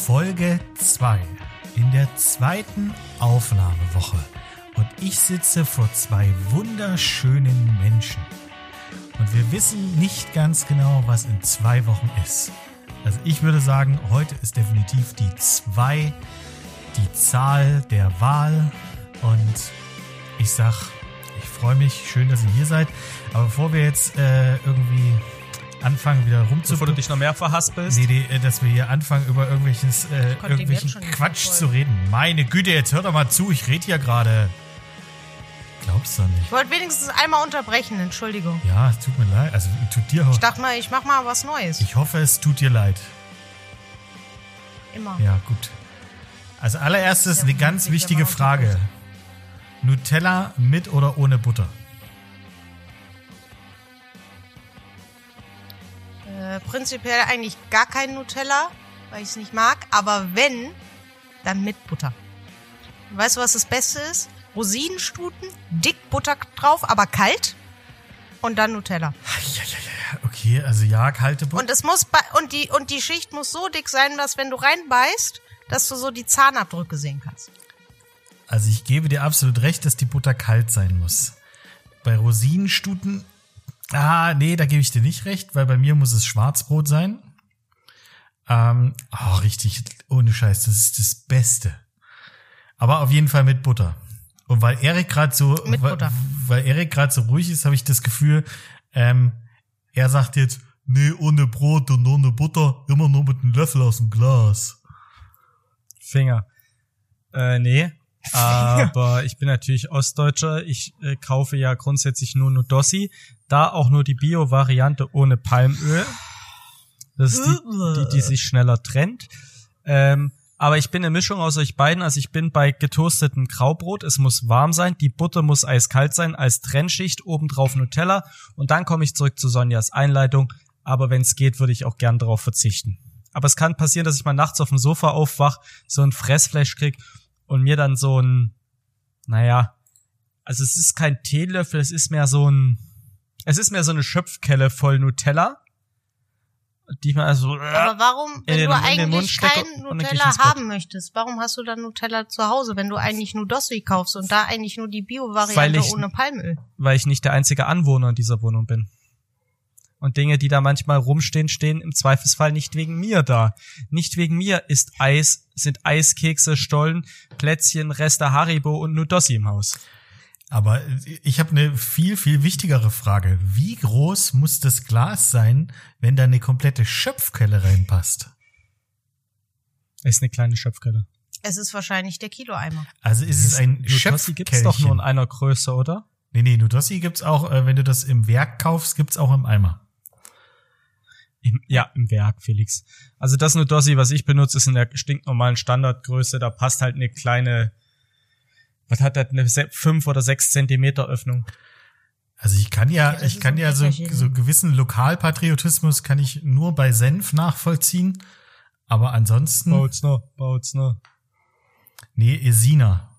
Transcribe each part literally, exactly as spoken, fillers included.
Folge zwei, in der zweiten Aufnahmewoche. Und ich sitze vor zwei wunderschönen Menschen. Und wir wissen nicht ganz genau, was in zwei Wochen ist. Also ich würde sagen, heute ist definitiv die zwei, die Zahl der Wahl. Und ich sag, ich freue mich, schön, dass ihr hier seid. Aber bevor wir jetzt äh, irgendwie anfangen, wieder rumzu... Bevor du dich noch mehr verhaspelst? Nee, nee, dass wir hier anfangen, über irgendwelches, äh, irgendwelchen Quatsch zu reden. Meine Güte, jetzt hört doch mal zu, ich rede hier gerade. Glaubst du nicht? Ich wollte wenigstens einmal unterbrechen, Entschuldigung. Ja, es tut mir leid. Also, tut dir auch... Ich dachte mal, ich mach mal was Neues. Ich hoffe, es tut dir leid. Immer. Ja, gut. Also allererstes eine ganz wichtige Frage. Nutella mit oder ohne Butter? Äh, prinzipiell eigentlich gar kein Nutella, weil ich es nicht mag. Aber wenn, dann mit Butter. Weißt du, was das Beste ist? Rosinenstuten, dick Butter drauf, aber kalt. Und dann Nutella. Ja, ja, ja. Okay, also ja, kalte Butter. Und es muss bei, und die und die Schicht muss so dick sein, dass wenn du reinbeißt, dass du so die Zahnabdrücke sehen kannst. Also ich gebe dir absolut recht, dass die Butter kalt sein muss. Bei Rosinenstuten, ah, nee, da gebe ich dir nicht recht, weil bei mir muss es Schwarzbrot sein. Ähm, oh, richtig, ohne Scheiß, das ist das Beste. Aber auf jeden Fall mit Butter. Und weil Erik gerade so, mit weil, Butter. weil Erik gerade so ruhig ist, habe ich das Gefühl, ähm, er sagt jetzt, nee, ohne Brot und ohne Butter, immer nur mit einem Löffel aus dem Glas. Finger. Äh, nee. Aber ich bin natürlich Ostdeutscher. Ich äh, kaufe ja grundsätzlich nur Nudossi. Da auch nur die Bio-Variante ohne Palmöl. Das ist die, die, die sich schneller trennt. Ähm, aber ich bin eine Mischung aus euch beiden. Also ich bin bei getoastetem Graubrot. Es muss warm sein. Die Butter muss eiskalt sein als Trennschicht. Obendrauf Nutella. Und dann komme ich zurück zu Sonjas Einleitung. Aber wenn es geht, würde ich auch gern darauf verzichten. Aber es kann passieren, dass ich mal nachts auf dem Sofa aufwach, so ein Fressflash krieg und mir dann so ein, naja, also es ist kein Teelöffel, es ist mehr so ein, es ist mehr so eine Schöpfkelle voll Nutella, die man also aber warum, wenn den, du eigentlich kein Nutella haben möchtest, warum hast du dann Nutella zu Hause, wenn du eigentlich Nudossi kaufst und da eigentlich nur die Bio-Variante ich, ohne Palmöl? Weil ich nicht der einzige Anwohner in dieser Wohnung bin. Und Dinge, die da manchmal rumstehen, stehen im Zweifelsfall nicht wegen mir da. Nicht wegen mir ist Eis, sind Eiskekse, Stollen, Plätzchen, Reste Haribo und Nudossi im Haus. Aber ich habe eine viel, viel wichtigere Frage. Wie groß muss das Glas sein, wenn da eine komplette Schöpfkelle reinpasst? Es ist eine kleine Schöpfkelle. Es ist wahrscheinlich der Kiloeimer. Also ist es ein Nudossi Schöpfkellchen? gibt's doch nur in einer Größe, oder? Nee, nee, Nudossi gibt's auch, wenn du das im Werk kaufst, gibt's auch im Eimer. Im, ja, im Werk, Felix. Also das Nudossi, was ich benutze, ist in der stinknormalen Standardgröße. Da passt halt eine kleine, was hat das, eine fünf oder sechs Zentimeter Öffnung. Also ich kann ja, ja ich kann ja so, so gewissen Lokalpatriotismus kann ich nur bei Senf nachvollziehen. Aber ansonsten... Bautzner, Bautzner. Nee, Esina.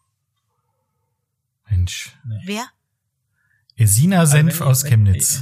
Mensch. Nee. Wer? Esina Senf aus Chemnitz.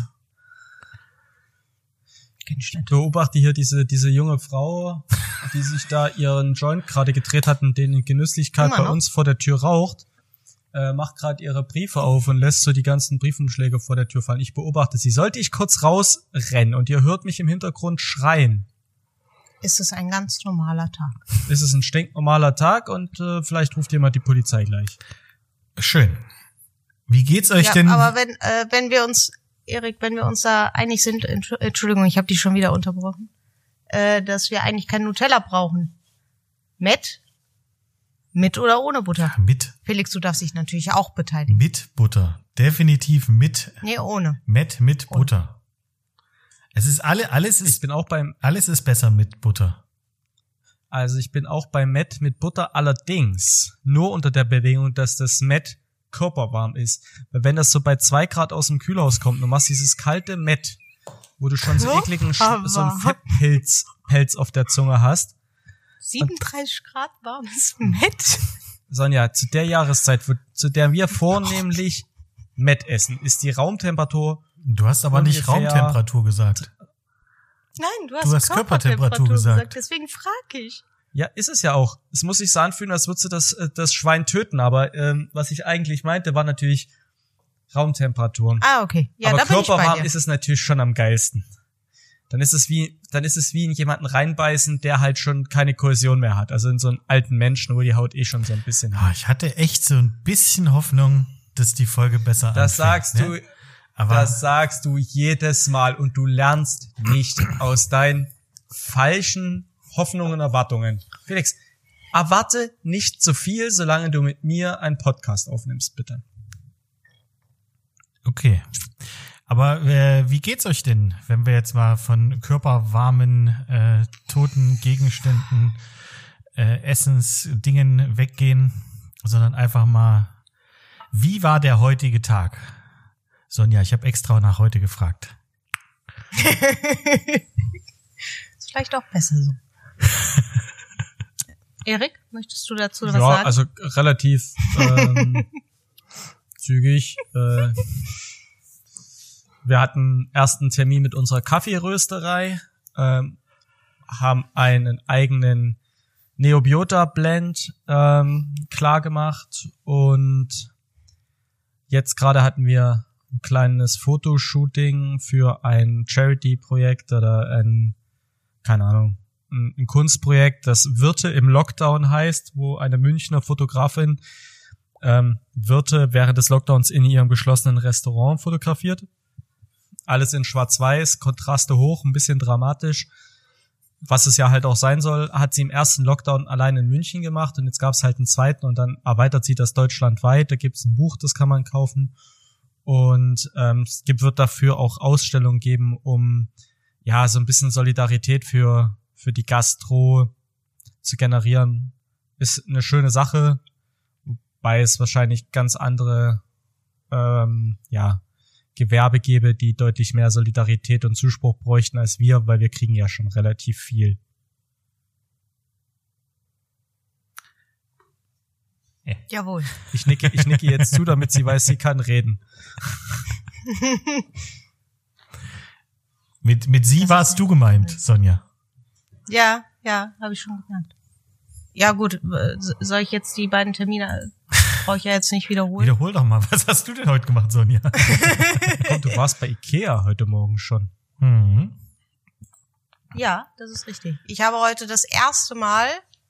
Ich beobachte hier diese diese junge Frau, die sich da ihren Joint gerade gedreht hat und den in Genüsslichkeit bei uns vor der Tür raucht, äh, macht gerade ihre Briefe auf und lässt so die ganzen Briefumschläge vor der Tür fallen. Ich beobachte sie. Sollte ich kurz rausrennen und ihr hört mich im Hintergrund schreien, ist es ein ganz normaler Tag. Ist es ein stinknormaler Tag und äh, vielleicht ruft jemand die Polizei gleich. Schön. Wie geht's euch ja, denn? Aber wenn äh, wenn wir uns Erik, wenn wir uns da einig sind, Entschuldigung, ich habe dich schon wieder unterbrochen, äh, dass wir eigentlich kein Nutella brauchen. Met? Mit oder ohne Butter? Ja, mit. Felix, du darfst dich natürlich auch beteiligen. Mit Butter. Definitiv mit. Nee, ohne. Met mit ohne. Butter. Es ist alle, alles ist, ich bin auch beim, alles ist besser mit Butter. Also ich bin auch bei Met mit Butter, allerdings nur unter der Bedingung, dass das Met körperwarm ist. Weil wenn das so bei zwei Grad aus dem Kühlhaus kommt, du machst dieses kalte Met, wo du schon so ekligen, Sch- so einen Fettpilz Pelz auf der Zunge hast. siebenunddreißig Grad warmes Met? Sonja, zu der Jahreszeit, wo, zu der wir vornehmlich Met essen, ist die Raumtemperatur... Du hast aber nicht Raumtemperatur gesagt. Nein, du hast, du hast Körpertemperatur, Körpertemperatur gesagt. gesagt. Deswegen frage ich. Ja, ist es ja auch. Es muss sich so anfühlen, als würdest du das, das Schwein töten. Aber ähm, was ich eigentlich meinte, war natürlich Raumtemperaturen. Ah, okay. Ja, aber da bin ich bei körperwarm dir. ist es natürlich schon am geilsten. Dann ist es wie, dann ist es wie in jemanden reinbeißen, der halt schon keine Kohäsion mehr hat. Also in so einen alten Menschen, wo die Haut eh schon so ein bisschen. Ah, ich hatte echt so ein bisschen Hoffnung, dass die Folge besser anfängt. Das sagst ne? du, Aber das sagst du jedes Mal und du lernst nicht aus deinen falschen Hoffnungen und Erwartungen. Felix, erwarte nicht zu viel, solange du mit mir einen Podcast aufnimmst, bitte. okay. Aber äh, wie geht's euch denn, wenn wir jetzt mal von körperwarmen, äh, toten Gegenständen, äh, Essensdingen weggehen, sondern einfach mal, wie war der heutige Tag? Sonja, ich habe extra nach heute gefragt. Ist vielleicht auch besser so. Erik, möchtest du dazu was ja, sagen? also relativ ähm, zügig. Äh, wir hatten ersten Termin mit unserer Kaffeerösterei, ähm, haben einen eigenen Neobiota-Blend ähm, klar gemacht und jetzt gerade hatten wir ein kleines Fotoshooting für ein Charity-Projekt oder ein, keine Ahnung, ein, ein Kunstprojekt, das Wirte im Lockdown heißt, wo eine Münchner Fotografin ähm, Wirte während des Lockdowns in ihrem geschlossenen Restaurant fotografiert. Alles in schwarz-weiß, Kontraste hoch, ein bisschen dramatisch. Was es ja halt auch sein soll, hat sie im ersten Lockdown allein in München gemacht und jetzt gab es halt einen zweiten und dann erweitert sie das deutschlandweit. Da gibt es ein Buch, das kann man kaufen. Und ähm, es gibt, wird dafür auch Ausstellungen geben, um ja so ein bisschen Solidarität für für die Gastro zu generieren. Ist eine schöne Sache, wobei es wahrscheinlich ganz andere ähm, ja Gewerbe gäbe, die deutlich mehr Solidarität und Zuspruch bräuchten als wir, weil wir kriegen ja schon relativ viel. Ja. Jawohl. Ich nicke, ich nicke jetzt zu, damit sie weiß, sie kann reden. Mit mit sie warst du gemeint, Sonja. Ja, ja, habe ich schon gemerkt. Ja gut, soll ich jetzt die beiden Termine, brauche ich ja jetzt nicht wiederholen. Wiederhol doch mal, was hast du denn heute gemacht, Sonja? Komm, du warst bei Ikea heute Morgen schon. Mhm. Ja, das ist richtig. Ich habe heute das erste Mal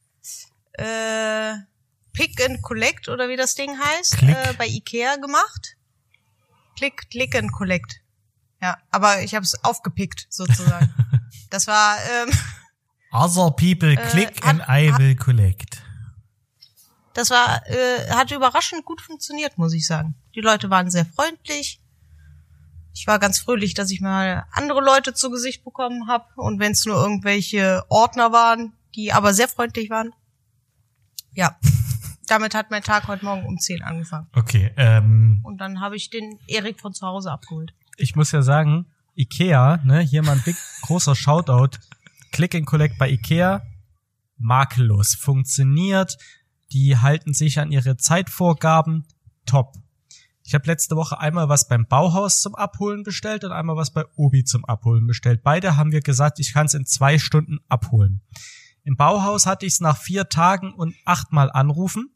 äh, Pick and Collect oder wie das Ding heißt, äh, bei Ikea gemacht. Click, Click and Collect. Ja, aber ich habe es aufgepickt sozusagen. Das war ähm, Other people click äh, hat, and I will collect. Das war äh, hat überraschend gut funktioniert, muss ich sagen. Die Leute waren sehr freundlich. Ich war ganz fröhlich, dass ich mal andere Leute zu Gesicht bekommen habe. Und wenn es nur irgendwelche Ordner waren, die aber sehr freundlich waren. Ja, damit hat mein Tag heute Morgen um zehn angefangen. Okay. Ähm. Und dann habe ich den Erik von zu Hause abgeholt. Ich muss ja sagen, Ikea, ne, hier mal ein big, großer Shoutout. Click and Collect bei Ikea, makellos, funktioniert. Die halten sich an ihre Zeitvorgaben, top. Ich habe letzte Woche einmal was beim Bauhaus zum Abholen bestellt und einmal was bei Obi zum Abholen bestellt. Beide haben wir gesagt, ich kann es in zwei Stunden abholen. Im Bauhaus hatte ich es nach vier Tagen und achtmal anrufen.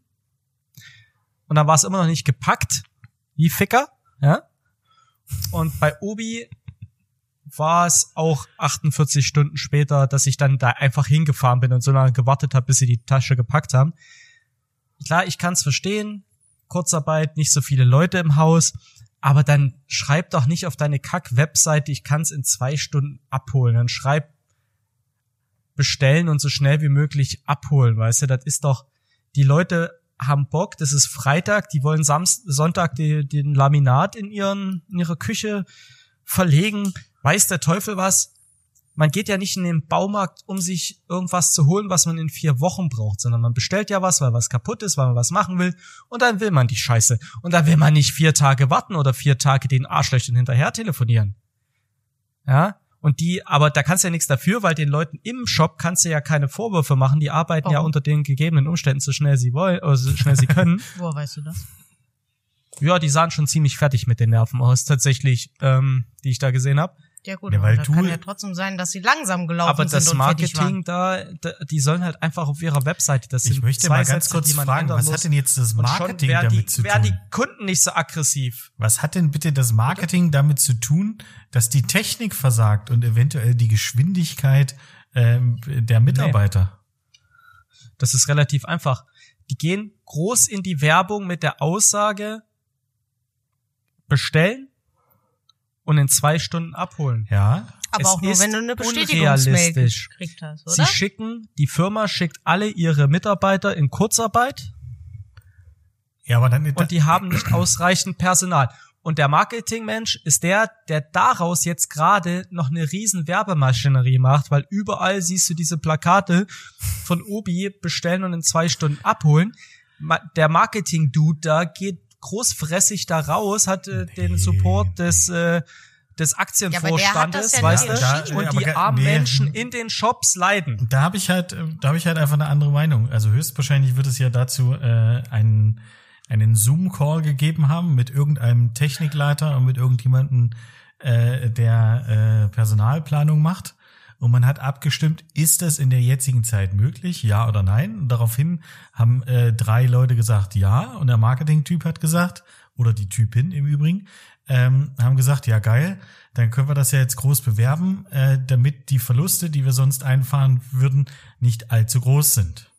Und dann war es immer noch nicht gepackt, wie Ficker, ja. Und bei Obi war es auch achtundvierzig Stunden später, dass ich dann da einfach hingefahren bin und so lange gewartet habe, bis sie die Tasche gepackt haben. Klar, ich kann es verstehen, Kurzarbeit, nicht so viele Leute im Haus, aber dann schreib doch nicht auf deine Kack-Webseite, ich kann es in zwei Stunden abholen. Dann schreib bestellen und so schnell wie möglich abholen, weißt du, das ist doch, die Leute haben Bock, das ist Freitag, die wollen Samst- Sonntag die, den Laminat in ihren in ihrer Küche verlegen, weiß der Teufel was. Man geht ja nicht in den Baumarkt, um sich irgendwas zu holen, was man in vier Wochen braucht, sondern man bestellt ja was, weil was kaputt ist, weil man was machen will und dann will man die Scheiße. Und dann will man nicht vier Tage warten oder vier Tage den Arschlöchern hinterher telefonieren. Ja, und die, aber da kannst du ja nichts dafür, weil den Leuten im Shop kannst du ja keine Vorwürfe machen, die arbeiten oh. ja unter den gegebenen Umständen so schnell sie wollen, oder so schnell sie können. Woher weißt du das? Ja, die sahen schon ziemlich fertig mit den Nerven aus, tatsächlich, ähm, die ich da gesehen habe. Ja gut, Ja, aber weil das du- kann ja trotzdem sein, dass sie langsam gelaufen Aber das sind und fertig Marketing waren. da, da, die sollen halt einfach auf ihrer Webseite, das sind Ich möchte zwei mal ganz Sätze, kurz die man fragen, ändern was muss. hat denn jetzt das Und schon Marketing wären damit die, zu wären tun? die Kunden nicht so aggressiv. Was hat denn bitte das Marketing damit zu tun, dass die Technik versagt und eventuell die Geschwindigkeit ähm, der Mitarbeiter? Das ist relativ einfach. Die gehen groß in die Werbung mit der Aussage, bestellen und in zwei Stunden abholen. Ja, Aber Es auch nur, ist wenn du eine Bestätigungsmail unrealistisch. gekriegt hast, Sie oder? schicken, die Firma schickt alle ihre Mitarbeiter in Kurzarbeit ja, aber dann und die haben nicht ausreichend Personal. Und der Marketingmensch ist der, der daraus jetzt gerade noch eine riesen Werbemaschinerie macht, weil überall siehst du diese Plakate von Obi bestellen und in zwei Stunden abholen. Ma- Der Marketing-Dude da geht großfressig da raus, hat äh, den Nee. Support des äh, des Ja, aber der hat Aktienvorstandes, das ja weißt nicht du? entschieden. Und Aber die ge- armen nee. Menschen in den Shops leiden. Da habe ich halt, äh, da habe ich halt einfach eine andere Meinung. Also höchstwahrscheinlich wird es ja dazu äh, einen einen Zoom-Call gegeben haben mit irgendeinem Technikleiter und mit irgendjemandem, äh, der äh, Personalplanung macht. Und man hat abgestimmt, ist das in der jetzigen Zeit möglich, ja oder nein? Und daraufhin haben äh, drei Leute gesagt, ja. Und der Marketing-Typ hat gesagt, oder die Typin im Übrigen, ähm, haben gesagt, ja geil, dann können wir das ja jetzt groß bewerben, äh, damit die Verluste, die wir sonst einfahren würden, nicht allzu groß sind.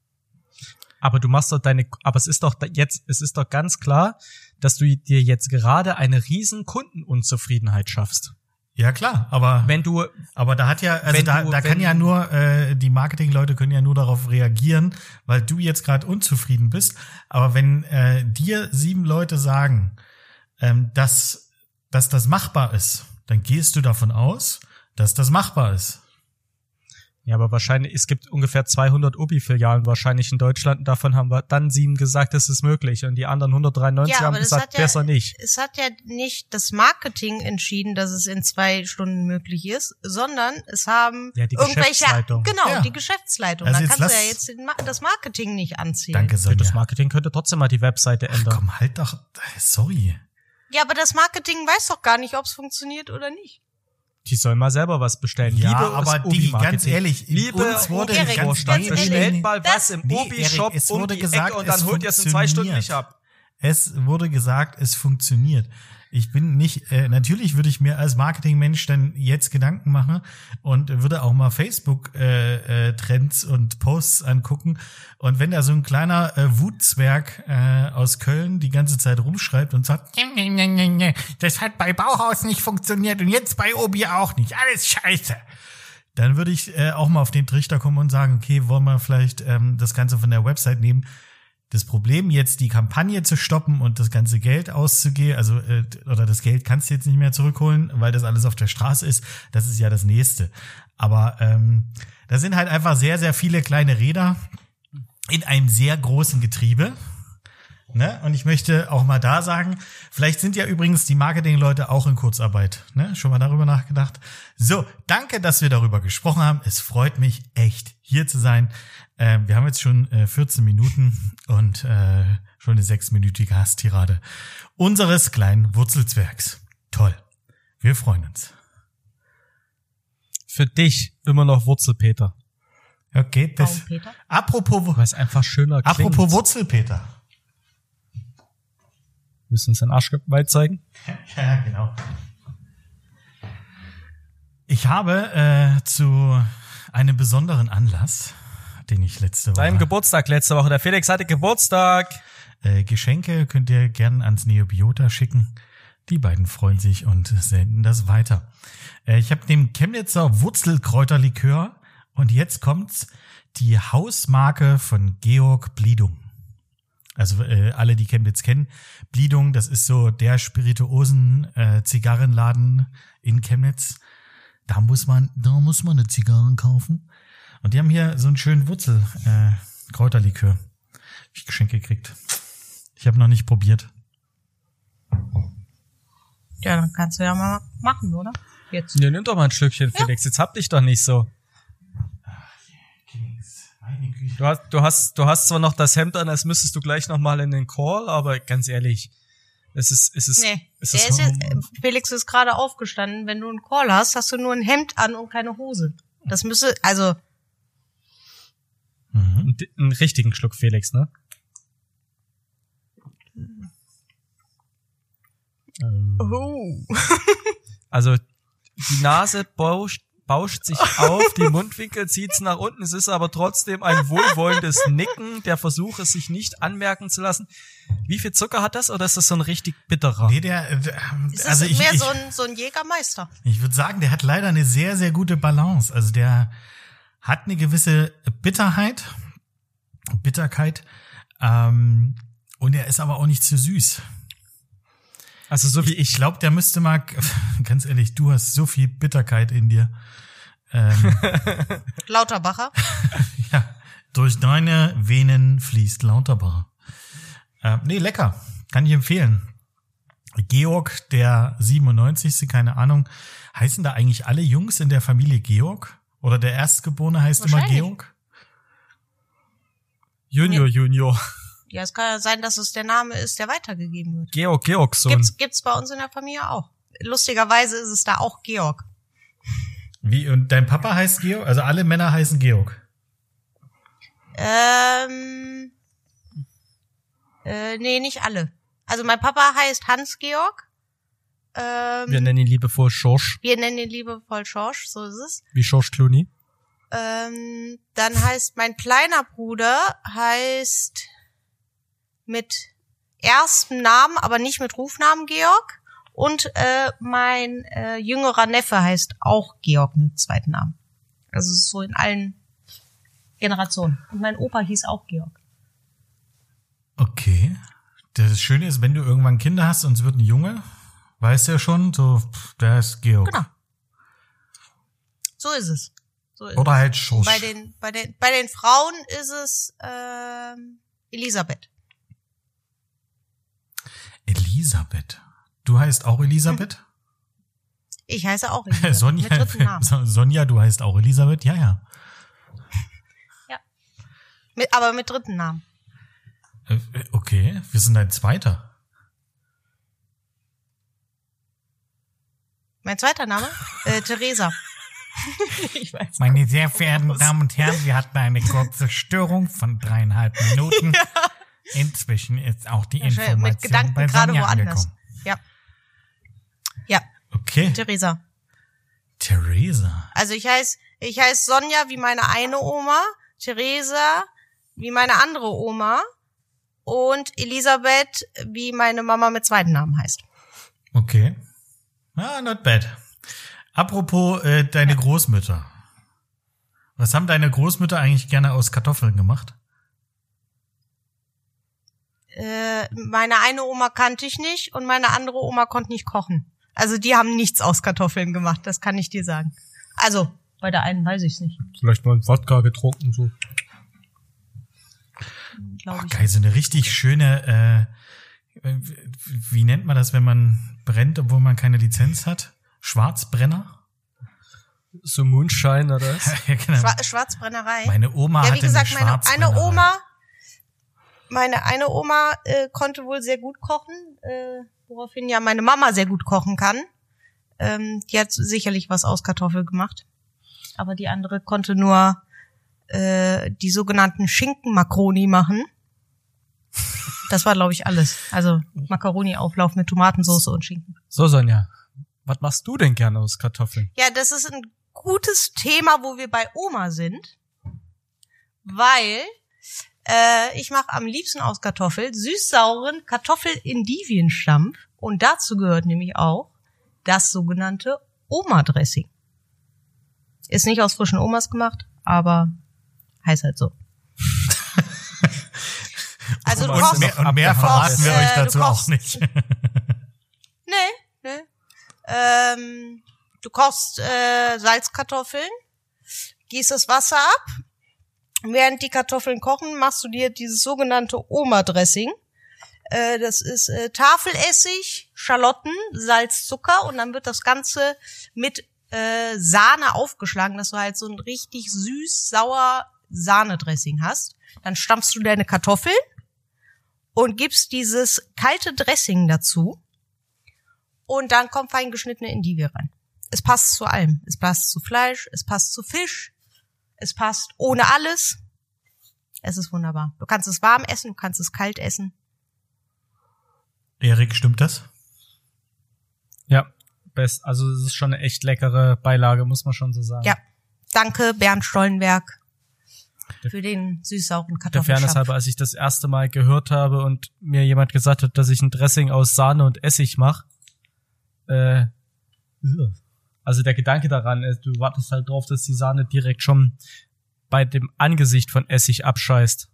Aber du machst doch deine, aber es ist doch da- jetzt, es ist doch ganz klar, dass du dir jetzt gerade eine riesen Kundenunzufriedenheit schaffst. Ja klar, aber Wenn du, aber da hat ja, also wenn da, du- da kann wenn- ja nur, äh, die Marketingleute können ja nur darauf reagieren, weil du jetzt gerade unzufrieden bist. Aber wenn äh, dir sieben Leute sagen, ähm, dass, dass das machbar ist, dann gehst du davon aus, dass das machbar ist. ja, aber wahrscheinlich, es gibt ungefähr zweihundert Obi-Filialen wahrscheinlich in Deutschland und davon haben wir dann sieben gesagt, es ist möglich und die anderen hundertdreiundneunzig Ja, haben aber das gesagt, hat ja- besser nicht. Es hat ja nicht das Marketing entschieden, dass es in zwei Stunden möglich ist, sondern es haben Ja, die irgendwelche, Geschäftsleitung. genau, Ja. die Geschäftsleitung. Also da jetzt kannst du ja lass- jetzt den, Ma- das Marketing nicht anziehen. Danke, Ja, Sonja. das Marketing könnte trotzdem mal die Webseite Ach, ändern. komm, halt doch, sorry. Ja, aber das Marketing weiß doch gar nicht, ob es funktioniert oder nicht. Die sollen mal selber was bestellen. Ja, Liebe aber das die, Obi-Marketing. ganz ehrlich, in Liebe uns wurde Erik, ganz, Vorstand, ganz ehrlich, bestellt mal das- was im Nee, Obi-Shop Erik, es um wurde die gesagt, Ecke und dann es holt ihr es in zwei Stunden funktioniert. nicht ab. Es wurde gesagt, es funktioniert. Ich bin nicht, äh, natürlich würde ich mir als Marketingmensch dann jetzt Gedanken machen und würde auch mal Facebook-Trends äh, äh, Trends und Posts angucken. Und wenn da so ein kleiner äh, Wutzwerg äh, aus Köln die ganze Zeit rumschreibt und sagt, "Nee, nee, nee, nee, das hat bei Bauhaus nicht funktioniert und jetzt bei Obi auch nicht, alles scheiße. Dann würde ich äh, auch mal auf den Trichter kommen und sagen, okay, wollen wir vielleicht ähm, das Ganze von der Website nehmen. Das Problem, jetzt die Kampagne zu stoppen und das ganze Geld auszugehen, also äh, oder das Geld kannst du jetzt nicht mehr zurückholen, weil das alles auf der Straße ist, das ist ja das Nächste. Aber ähm, da sind halt einfach sehr, sehr viele kleine Räder in einem sehr großen Getriebe. Ne? Und ich möchte auch mal da sagen, vielleicht sind ja übrigens die Marketingleute auch in Kurzarbeit. Ne? Schon mal darüber nachgedacht? So, danke, dass wir darüber gesprochen haben. Es freut mich echt, hier zu sein. Äh, wir haben jetzt schon äh, vierzehn Minuten und äh, schon eine sechsminütige Hasstirade unseres kleinen Wurzelzwergs. Toll. Wir freuen uns. Für dich immer noch Wurzelpeter. Okay, das. Warum, Peter? Apropos, Weil es einfach schöner klingt. apropos Wurzelpeter. Müssen uns den Arsch weit zeigen? Ja, genau. Ich habe äh, zu einem besonderen Anlass, den ich letzte Woche... Deinem Geburtstag letzte Woche. Der Felix hatte Geburtstag. Äh, Geschenke könnt ihr gerne ans Neobiota schicken. Die beiden freuen sich und senden das weiter. Äh, ich habe den Chemnitzer Wurzelkräuterlikör und jetzt kommt's, die Hausmarke von Georg Bliedung. Also äh, alle, die Chemnitz kennen, Bliedung, das ist so der Spirituosen-Zigarrenladen in Chemnitz. Da muss man, da muss man eine Zigarren kaufen. Und die haben hier so einen schönen Wurzel-Kräuterlikör. Hab ich Geschenk gekriegt. Ich habe noch nicht probiert. Ja, dann kannst du ja mal machen, oder? Jetzt. Ja, nimm doch mal ein Schlückchen, Felix. Jetzt hab dich doch nicht so. Meine Güte. Du hast, du hast, du hast zwar noch das Hemd an, als müsstest du gleich noch mal in den Call, aber ganz ehrlich, Es ist, es ist, Nee, es der ist jetzt, Felix ist gerade aufgestanden. Wenn du einen Call hast, hast du nur ein Hemd an und keine Hose. Das müsste, also. Mhm. Einen richtigen Schluck Felix, ne? Oh. Also, die Nase bauscht, bauscht sich auf, die Mundwinkel zieht's nach unten. Es ist aber trotzdem ein wohlwollendes Nicken, der Versuch, es sich nicht anmerken zu lassen. Wie viel Zucker hat das, oder ist das so ein richtig bitterer? Nee, der, äh, Es also ist ich, mehr ich, so ein, so ein Jägermeister. ich würde sagen, der hat leider eine sehr, sehr gute Balance. Also der hat eine gewisse Bitterheit, Bitterkeit, ähm, und er ist aber auch nicht zu süß. Also so wie Ich ich. glaube, der müsste mal, ganz ehrlich, du hast so viel Bitterkeit in dir. Ähm, Lauterbacher. ja, durch deine Venen fließt Lauterbach. Äh, nee, lecker. Kann ich empfehlen. Georg, der siebenundneunzigste, keine Ahnung. Heißen da eigentlich alle Jungs in der Familie Georg? Oder der Erstgeborene heißt immer Wahrscheinlich. Georg? Junior, Junior. Ja, es kann ja sein, dass es der Name ist, der weitergegeben wird. Georg, Georgssohn. Gibt's, gibt's bei uns in der Familie auch. Lustigerweise ist es da auch Georg. Wie, und dein Papa heißt Georg? Also alle Männer heißen Georg. Ähm, äh, nee, nicht alle. Also mein Papa heißt Hans-Georg. Ähm, Wir nennen ihn liebevoll Schorsch, wir nennen ihn liebevoll Schorsch, so ist es. wie Schorsch Clooney. Ähm, dann heißt mein kleiner Bruder heißt mit erstem Namen, aber nicht mit Rufnamen Georg. Und äh, mein äh, jüngerer Neffe heißt auch Georg mit zweiten Namen. Also es ist so in allen Generationen. Und mein Opa hieß auch Georg. Okay. Das Schöne ist, wenn du irgendwann Kinder hast und es wird ein Junge, weißt du ja schon, so, pff, der ist Georg. Genau. So ist es. So ist Oder es. halt Schorsch. Bei den, bei den, bei den Frauen ist es ähm, Elisabeth. Elisabeth. Du heißt auch Elisabeth? Ich heiße auch Elisabeth. Sonja, mit dritten Namen. Son- Sonja, du heißt auch Elisabeth? Ja, ja. Mit, aber mit dritten Namen. Äh, Okay, wir sind ein Zweiter. Mein zweiter Name? Äh, Theresa. Ich weiß. Meine sehr verehrten Damen und Herren, wir hatten eine kurze Störung von dreieinhalb Minuten. Inzwischen ist auch die Mit Information Gedanken bei gerade Sonja woanders. angekommen. Ja. Ja, Okay, Theresa. Theresa. Also ich heiße ich heiß Sonja wie meine eine Oma, Theresa wie meine andere Oma und Elisabeth wie meine Mama mit zweiten Namen heißt. Okay. Ah, not bad. Apropos äh, deine Großmütter. Was haben deine Großmütter eigentlich gerne aus Kartoffeln gemacht? Äh, meine eine Oma kannte ich nicht und meine andere Oma konnte nicht kochen. Also die haben nichts aus Kartoffeln gemacht, das kann ich dir sagen. Also, bei der einen weiß ich es nicht, Vielleicht mal ein Wodka getrunken, so. glaube Oh, ich. geil, so eine richtig schöne, äh, wie nennt man das, wenn man brennt, obwohl man keine Lizenz hat? Schwarzbrenner? So Moonshine oder was? Ja, genau. Schwa- Schwarzbrennerei. Meine Oma Ja, wie hatte gesagt, eine meine eine Schwarzbrennerei. Oma, meine eine Oma äh, konnte wohl sehr gut kochen, äh, woraufhin ja meine Mama sehr gut kochen kann. Ähm, die hat sicherlich was aus Kartoffel gemacht. Aber die andere konnte nur äh, die sogenannten Schinken-Makroni machen. Das war, glaube ich, alles. Also Makaroni-Auflauf mit Tomatensauce und Schinken. So, Sonja, was machst du denn gerne aus Kartoffeln? Ja, das ist ein gutes Thema, wo wir bei Oma sind, weil äh, ich mache am liebsten aus Kartoffel süß-sauren Kartoffel-Endivienstampf und dazu gehört nämlich auch das sogenannte Oma-Dressing. Ist nicht aus frischen Omas gemacht, aber heißt halt so. Also du Und kochst, mehr, und mehr du verraten kochst, wir äh, euch du dazu kochst- auch nicht. nee, nee. Ähm, du kochst äh, Salzkartoffeln, gießt das Wasser ab. Während die Kartoffeln kochen, machst du dir dieses sogenannte Oma-Dressing. Äh, das ist äh, Tafelessig, Schalotten, Salz, Zucker und dann wird das Ganze mit äh, Sahne aufgeschlagen, dass du halt so ein richtig süß-sauer Sahnedressing hast. Dann stampfst du deine Kartoffeln und gibst dieses kalte Dressing dazu und dann kommt fein geschnittene Endivie rein. Es passt zu allem. Es passt zu Fleisch, es passt zu Fisch, es passt ohne alles. Es ist wunderbar. Du kannst es warm essen, du kannst es kalt essen. Erik, stimmt das? Ja, best. Also es ist schon eine echt leckere Beilage, muss man schon so sagen. Ja, danke Bernd Stollenberg für den süß-sauren Der Kartoffelschapf. Fairness halber, als ich das erste Mal gehört habe und mir jemand gesagt hat, dass ich ein Dressing aus Sahne und Essig mache, äh, also der Gedanke daran ist, du wartest halt drauf, dass die Sahne direkt schon bei dem Angesicht von Essig abscheißt.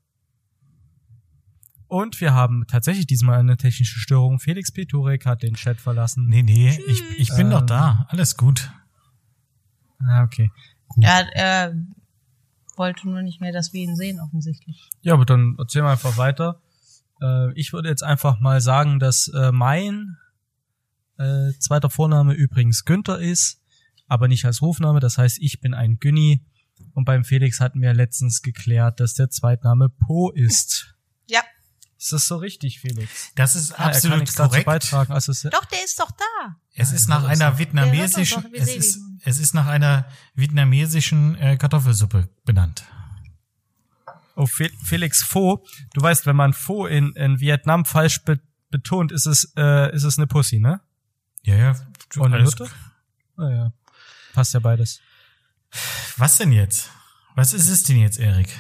Und wir haben tatsächlich diesmal eine technische Störung. Felix Petorik hat den Chat verlassen. Nee, nee, ich, ich bin Ähm. doch da. Alles gut. Ah, okay. Ja, er wollte nur nicht mehr, dass wir ihn sehen, offensichtlich. Ja, aber dann erzählen wir einfach weiter. Äh, ich würde jetzt einfach mal sagen, dass äh, mein äh, zweiter Vorname übrigens Günther ist, aber nicht als Rufname. Das heißt, ich bin ein Günni. Und beim Felix hatten wir letztens geklärt, dass der Zweitname Po ist. Ja. Ist das so richtig, Felix? Das ist Ah, er kann absolut nichts dazu korrekt. beitragen. Also es, Doch, der ist doch da. Es ist nach Ja, einer Der hört vietnamesischen, uns doch, wir es sehen ist, ihn. es ist nach einer vietnamesischen äh, Kartoffelsuppe benannt. oh, Fe- Felix Pho. Du weißt, wenn man Pho in, in Vietnam falsch be- betont, ist es, äh, ist es eine Pussy, ne? Ja, ja. Und eine alles- Nutte? Ah, ja. Passt ja beides. Was denn jetzt? Was ist es denn jetzt, Erik?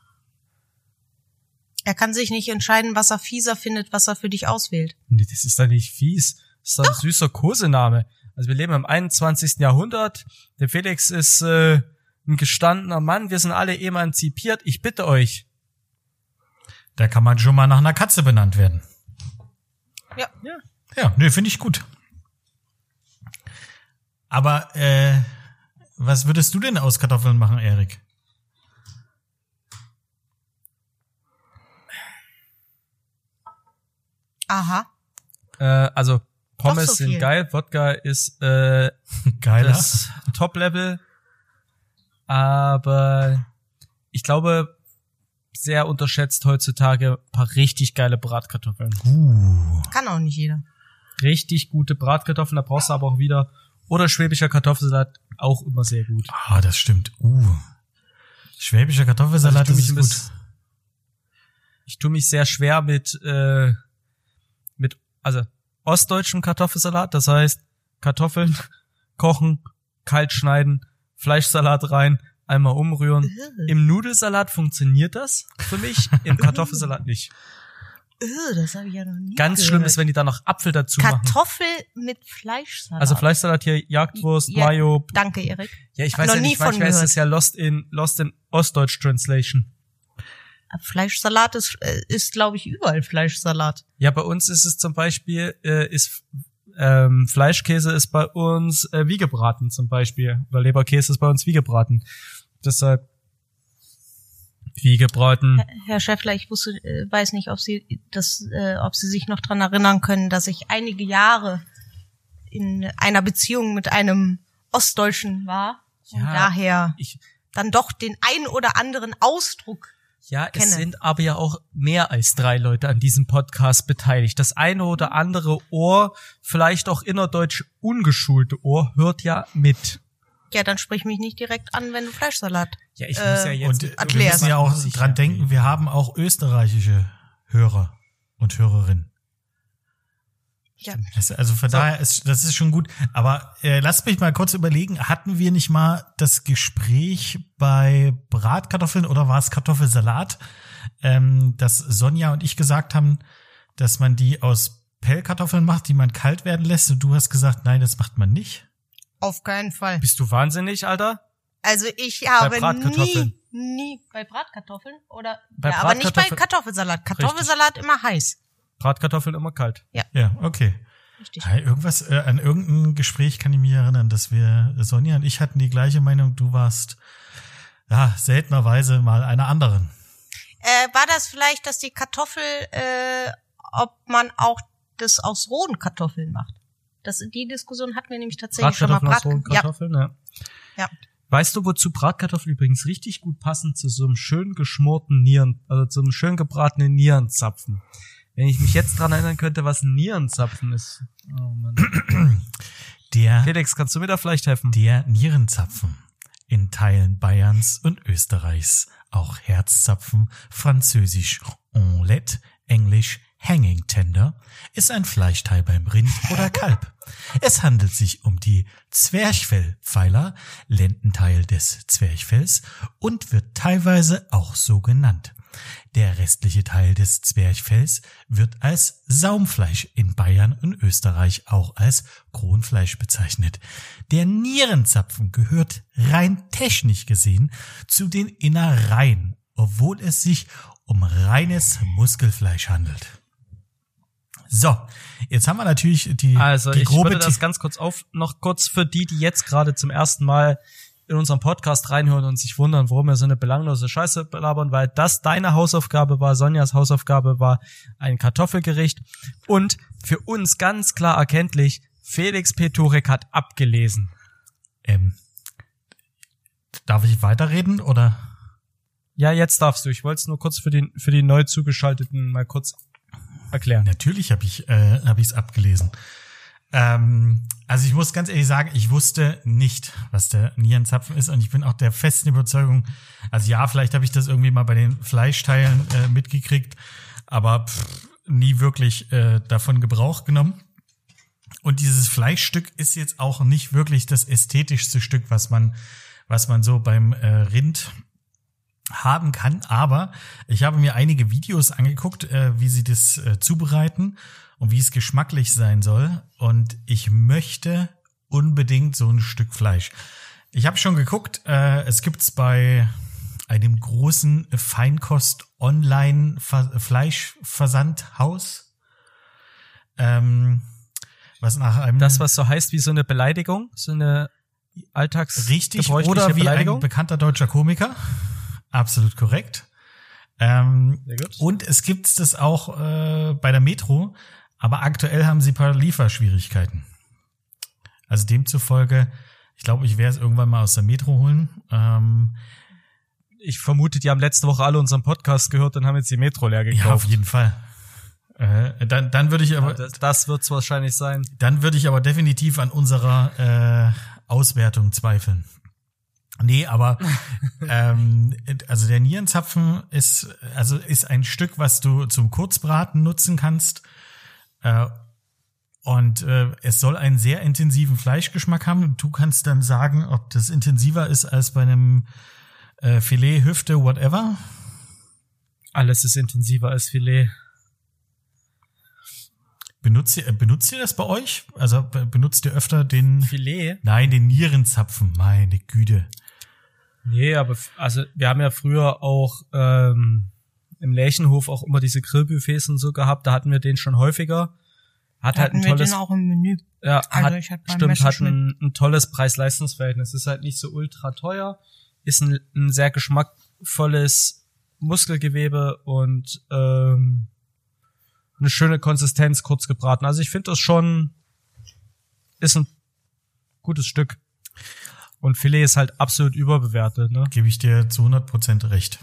Er kann sich nicht entscheiden, was er fieser findet, was er für dich auswählt. Nee, das ist doch nicht fies. Das ist doch ein süßer Kosename. Also wir leben im einundzwanzigsten Jahrhundert. Der Felix ist äh, ein gestandener Mann. Wir sind alle emanzipiert. Ich bitte euch. Da kann man schon mal nach einer Katze benannt werden. Ja. Ja. Ja, nee, finde ich gut. Aber äh, was würdest du denn aus Kartoffeln machen, Erik? Aha. Äh, also Pommes Doch so sind viel. geil. Wodka ist äh, Geiler. das Top-Level. Aber ich glaube, sehr unterschätzt heutzutage ein paar richtig geile Bratkartoffeln. Uh. Kann auch nicht jeder. Richtig gute Bratkartoffeln, da brauchst du aber auch wieder. Oder schwäbischer Kartoffelsalat, auch immer sehr gut. Ah, das stimmt. Uh. Schwäbischer Kartoffelsalat Also ich ist tu mich ein gut. bisschen- Ich tue mich sehr schwer mit, äh, mit, also ostdeutschem Kartoffelsalat, das heißt Kartoffeln kochen, kalt schneiden, Fleischsalat rein, einmal umrühren. Im Nudelsalat funktioniert das für mich, im Kartoffelsalat nicht. Öh, das habe ich ja noch nie Ganz gehört. schlimm ist, wenn die da noch Apfel dazu machen. Kartoffel mit Fleischsalat. Also Fleischsalat hier, Jagdwurst, Ja, Mayo. Danke, Erik. Ja, ich hab weiß noch ja nie nicht, von manchmal ist gehört. es ja Lost in, Lost in Ostdeutsch Translation. Fleischsalat ist, äh, ist glaube ich, überall Fleischsalat. Ja, bei uns ist es zum Beispiel, äh, ist ähm, Fleischkäse ist bei uns äh, wie gebraten zum Beispiel. Oder Leberkäse ist bei uns wie gebraten. Deshalb wie gebraten. Herr Schäffler, ich wusste, äh, weiß nicht, ob Sie das, äh, ob Sie sich noch dran erinnern können, dass ich einige Jahre in einer Beziehung mit einem Ostdeutschen war und Ja, daher Ich, dann doch den ein oder anderen Ausdruck. ja, kenne. es sind aber ja auch mehr als drei Leute an diesem Podcast beteiligt. Das eine oder andere Ohr, vielleicht auch innerdeutsch ungeschulte Ohr, hört ja mit. Ja, dann sprich mich nicht direkt an, wenn du Fleischsalat. Ja, ich Äh, muss ja jetzt Und äh, wir erklär's. müssen ja auch Sicher. dran denken, wir haben auch österreichische Hörer und Hörerinnen. Ja. Das, also von So. daher ist das ist schon gut. Aber äh, lasst mich mal kurz überlegen, hatten wir nicht mal das Gespräch bei Bratkartoffeln oder war es Kartoffelsalat, ähm, dass Sonja und ich gesagt haben, dass man die aus Pellkartoffeln macht, die man kalt werden lässt, und du hast gesagt, nein, das macht man nicht. Auf keinen Fall. Bist du wahnsinnig, Alter? Also ich habe Bratkartoffeln. nie, nie bei Bratkartoffeln oder Bei ja, aber nicht bei Bratkartoffeln- Kartoffelsalat. Kartoffelsalat immer heiß. Bratkartoffeln immer kalt. Ja, okay. Richtig. Ja, irgendwas, äh, an irgendein Gespräch kann ich mich erinnern, dass wir, Sonja und ich hatten die gleiche Meinung, du warst, ja, seltenerweise mal einer anderen. Äh, war das vielleicht, dass die Kartoffel, äh, ob man auch das aus rohen Kartoffeln macht? Das, die Diskussion hatten wir nämlich tatsächlich schon mal. Bratkartoffeln aus rohen ja, Kartoffeln, ja. ja. Weißt du, wozu Bratkartoffeln übrigens richtig gut passen? Zu so einem schön geschmorten Nieren, also zu einem schön gebratenen Nierenzapfen. Wenn ich mich jetzt dran erinnern könnte, was ein Nierenzapfen ist. Oh Mann. Der, Felix, kannst du mir da vielleicht helfen? der Nierenzapfen, in Teilen Bayerns und Österreichs auch Herzzapfen, französisch Omelette, englisch Hanging Tender, ist ein Fleischteil beim Rind oder Kalb. Es handelt sich um die Zwerchfellpfeiler, Lendenteil des Zwerchfells, und wird teilweise auch so genannt. Der restliche Teil des Zwerchfells wird als Saumfleisch in Bayern und Österreich auch als Kronfleisch bezeichnet. Der Nierenzapfen gehört rein technisch gesehen zu den Innereien, obwohl es sich um reines Muskelfleisch handelt. So, jetzt haben wir natürlich die, also die ich grobe würde das Ti- ganz kurz auf, noch kurz für die, die jetzt gerade zum ersten Mal in unserem Podcast reinhören und sich wundern, warum wir so eine belanglose Scheiße belabern, weil das deine Hausaufgabe war, Sonjas Hausaufgabe war ein Kartoffelgericht und für uns ganz klar erkenntlich, Felix Peturek hat abgelesen. Ähm, darf ich weiterreden oder? Ja, jetzt darfst du. Ich wollte es nur kurz für die, für die neu zugeschalteten mal kurz erklären. Natürlich habe ich äh, habe ich es abgelesen. Ähm, also ich muss ganz ehrlich sagen, ich wusste nicht, was der Nierenzapfen ist, und ich bin auch der festen Überzeugung, also ja, vielleicht habe ich das irgendwie mal bei den Fleischteilen äh, mitgekriegt, aber pff, nie wirklich äh, davon Gebrauch genommen. Und dieses Fleischstück ist jetzt auch nicht wirklich das ästhetischste Stück, was man was man so beim äh, Rind haben kann, aber ich habe mir einige Videos angeguckt, äh, wie sie das äh, zubereiten und wie es geschmacklich sein soll, und ich möchte unbedingt so ein Stück Fleisch. Ich habe schon geguckt, äh, es gibt's bei einem großen Feinkost-Online-Fleischversandhaus, ähm, was nach einem Das, was so heißt wie so eine Beleidigung, so eine richtig alltagsgebräuchliche oder wie Beleidigung. ein bekannter deutscher Komiker. Absolut korrekt. Ähm, Sehr gut. und es gibt das auch äh, bei der Metro, aber aktuell haben sie ein paar Lieferschwierigkeiten. Also demzufolge, ich glaube, ich werde es irgendwann mal aus der Metro holen. Ähm, Ich vermute, die haben letzte Woche alle unseren Podcast gehört und haben jetzt die Metro leer gekauft. ja, auf jeden Fall. Äh, dann, dann würde ich aber, Ja, das, das wird's wahrscheinlich sein. dann würde ich aber definitiv an unserer äh, Auswertung zweifeln. Nee, aber ähm, also der Nierenzapfen ist also ist ein Stück, was du zum Kurzbraten nutzen kannst, äh, und äh, es soll einen sehr intensiven Fleischgeschmack haben. Du kannst dann sagen, ob das intensiver ist als bei einem äh, Filet, Hüfte, whatever. Alles ist intensiver als Filet. Benutzt ihr, benutzt ihr das bei euch? Also be- benutzt ihr öfter den Filet? Nein, den Nierenzapfen, meine Güte. Nee, aber f- also wir haben ja früher auch ähm, im Lärchenhof auch immer diese Grillbuffets und so gehabt. Da hatten wir den schon häufiger. Hat halt ein Hatten wir tolles, den auch im Menü. ja, Also hat, ich hatte beim stimmt, hat Messerschmidt. ein, ein tolles Preis-Leistungs-Verhältnis. Ist halt nicht so ultra teuer, ist ein, ein sehr geschmackvolles Muskelgewebe und ähm, eine schöne Konsistenz, kurz gebraten. Also ich finde das schon, ist ein gutes Stück. Und Filet ist halt absolut überbewertet, ne? Gebe ich dir zu hundert Prozent recht.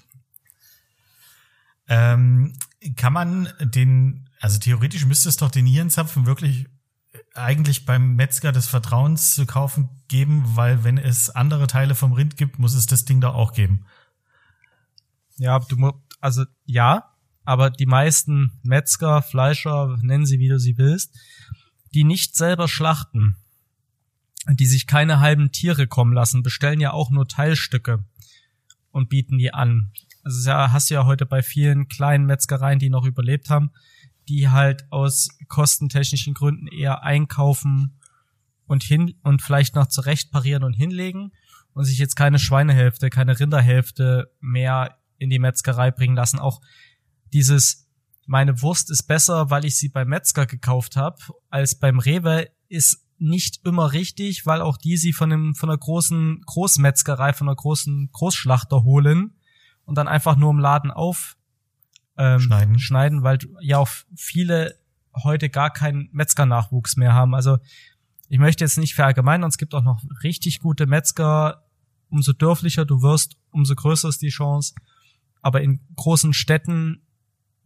Ähm, kann man den, also theoretisch müsste es doch den Nierenzapfen wirklich eigentlich beim Metzger des Vertrauens zu kaufen geben, weil wenn es andere Teile vom Rind gibt, muss es das Ding da auch geben. Ja, du mu- also ja, aber die meisten Metzger, Fleischer, nennen sie wie du sie willst, die nicht selber schlachten, die sich keine halben Tiere kommen lassen, bestellen ja auch nur Teilstücke und bieten die an. Also ja, hast du ja heute bei vielen kleinen Metzgereien, die noch überlebt haben, die halt aus kostentechnischen Gründen eher einkaufen und hin und vielleicht noch zurecht parieren und hinlegen und sich jetzt keine Schweinehälfte, keine Rinderhälfte mehr in die Metzgerei bringen lassen. Auch dieses, meine Wurst ist besser, weil ich sie beim Metzger gekauft habe, als beim Rewe, ist nicht immer richtig, weil auch die sie von einem von einer großen Großmetzgerei, von einer großen Großschlachter holen und dann einfach nur im Laden auf ähm, Schneiden. schneiden, weil ja auch viele heute gar keinen Metzgernachwuchs mehr haben. Also ich möchte jetzt nicht verallgemeinern, es gibt auch noch richtig gute Metzger. Umso dörflicher du wirst, umso größer ist die Chance. Aber in großen Städten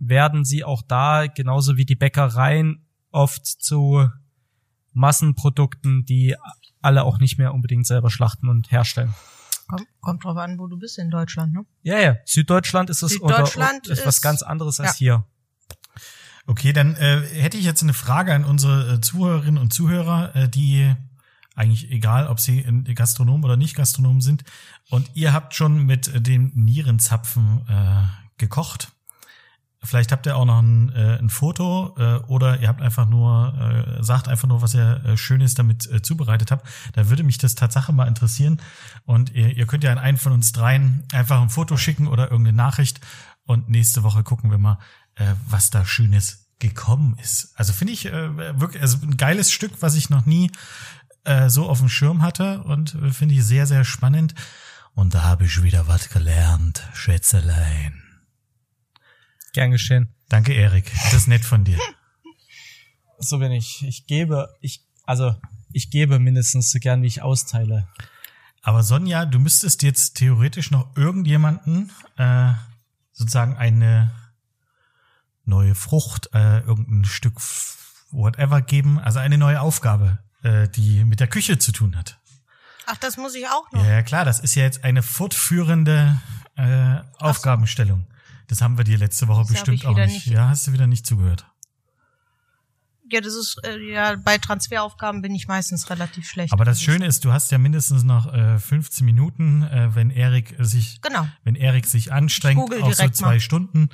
werden sie auch da, genauso wie die Bäckereien, oft zu Massenprodukten, die alle auch nicht mehr unbedingt selber schlachten und herstellen. Kommt, kommt drauf an, wo du bist in Deutschland, ne? Ja, ja. Süddeutschland ist es Süddeutschland oder, ist was ist, ganz anderes als ja. hier. Okay, dann äh, hätte ich jetzt eine Frage an unsere äh, Zuhörerinnen und Zuhörer, äh, die eigentlich egal, ob sie Gastronomen oder nicht Gastronomen sind. Und ihr habt schon mit äh, dem Nierenzapfen äh, gekocht. Vielleicht habt ihr auch noch ein, äh, ein Foto äh, oder ihr habt einfach nur, äh, sagt einfach nur, was ihr äh, Schönes damit äh, zubereitet habt. Da würde mich das Tatsache mal interessieren. Und ihr, ihr könnt ja an einen von uns dreien einfach ein Foto schicken oder irgendeine Nachricht. Und nächste Woche gucken wir mal, äh, was da Schönes gekommen ist. Also finde ich äh, wirklich also ein geiles Stück, was ich noch nie äh, so auf dem Schirm hatte und äh, finde ich sehr, sehr spannend. Und da habe ich wieder was gelernt, Schätzelein. Gern geschehen. Danke, Erik. Das ist nett von dir. So bin ich. Ich gebe, ich, also, ich gebe mindestens so gern, wie ich austeile. Aber Sonja, du müsstest jetzt theoretisch noch irgendjemanden, äh, sozusagen eine neue Frucht, äh, irgendein Stück whatever geben, also eine neue Aufgabe, äh, die mit der Küche zu tun hat. Ach, das muss ich auch noch. Ja, ja klar, das ist ja jetzt eine fortführende äh, Aufgabenstellung. Das haben wir dir letzte Woche Das hab bestimmt ich auch wieder nicht. nicht. Ja, hast du wieder nicht zugehört. Ja, das ist, äh, ja, bei Transferaufgaben bin ich meistens relativ schlecht. Aber das Schöne ist, du hast ja mindestens noch äh, fünfzehn Minuten, äh, wenn Erik sich, Genau. wenn Erik sich anstrengt, Ich google auch so direkt zwei mal. Stunden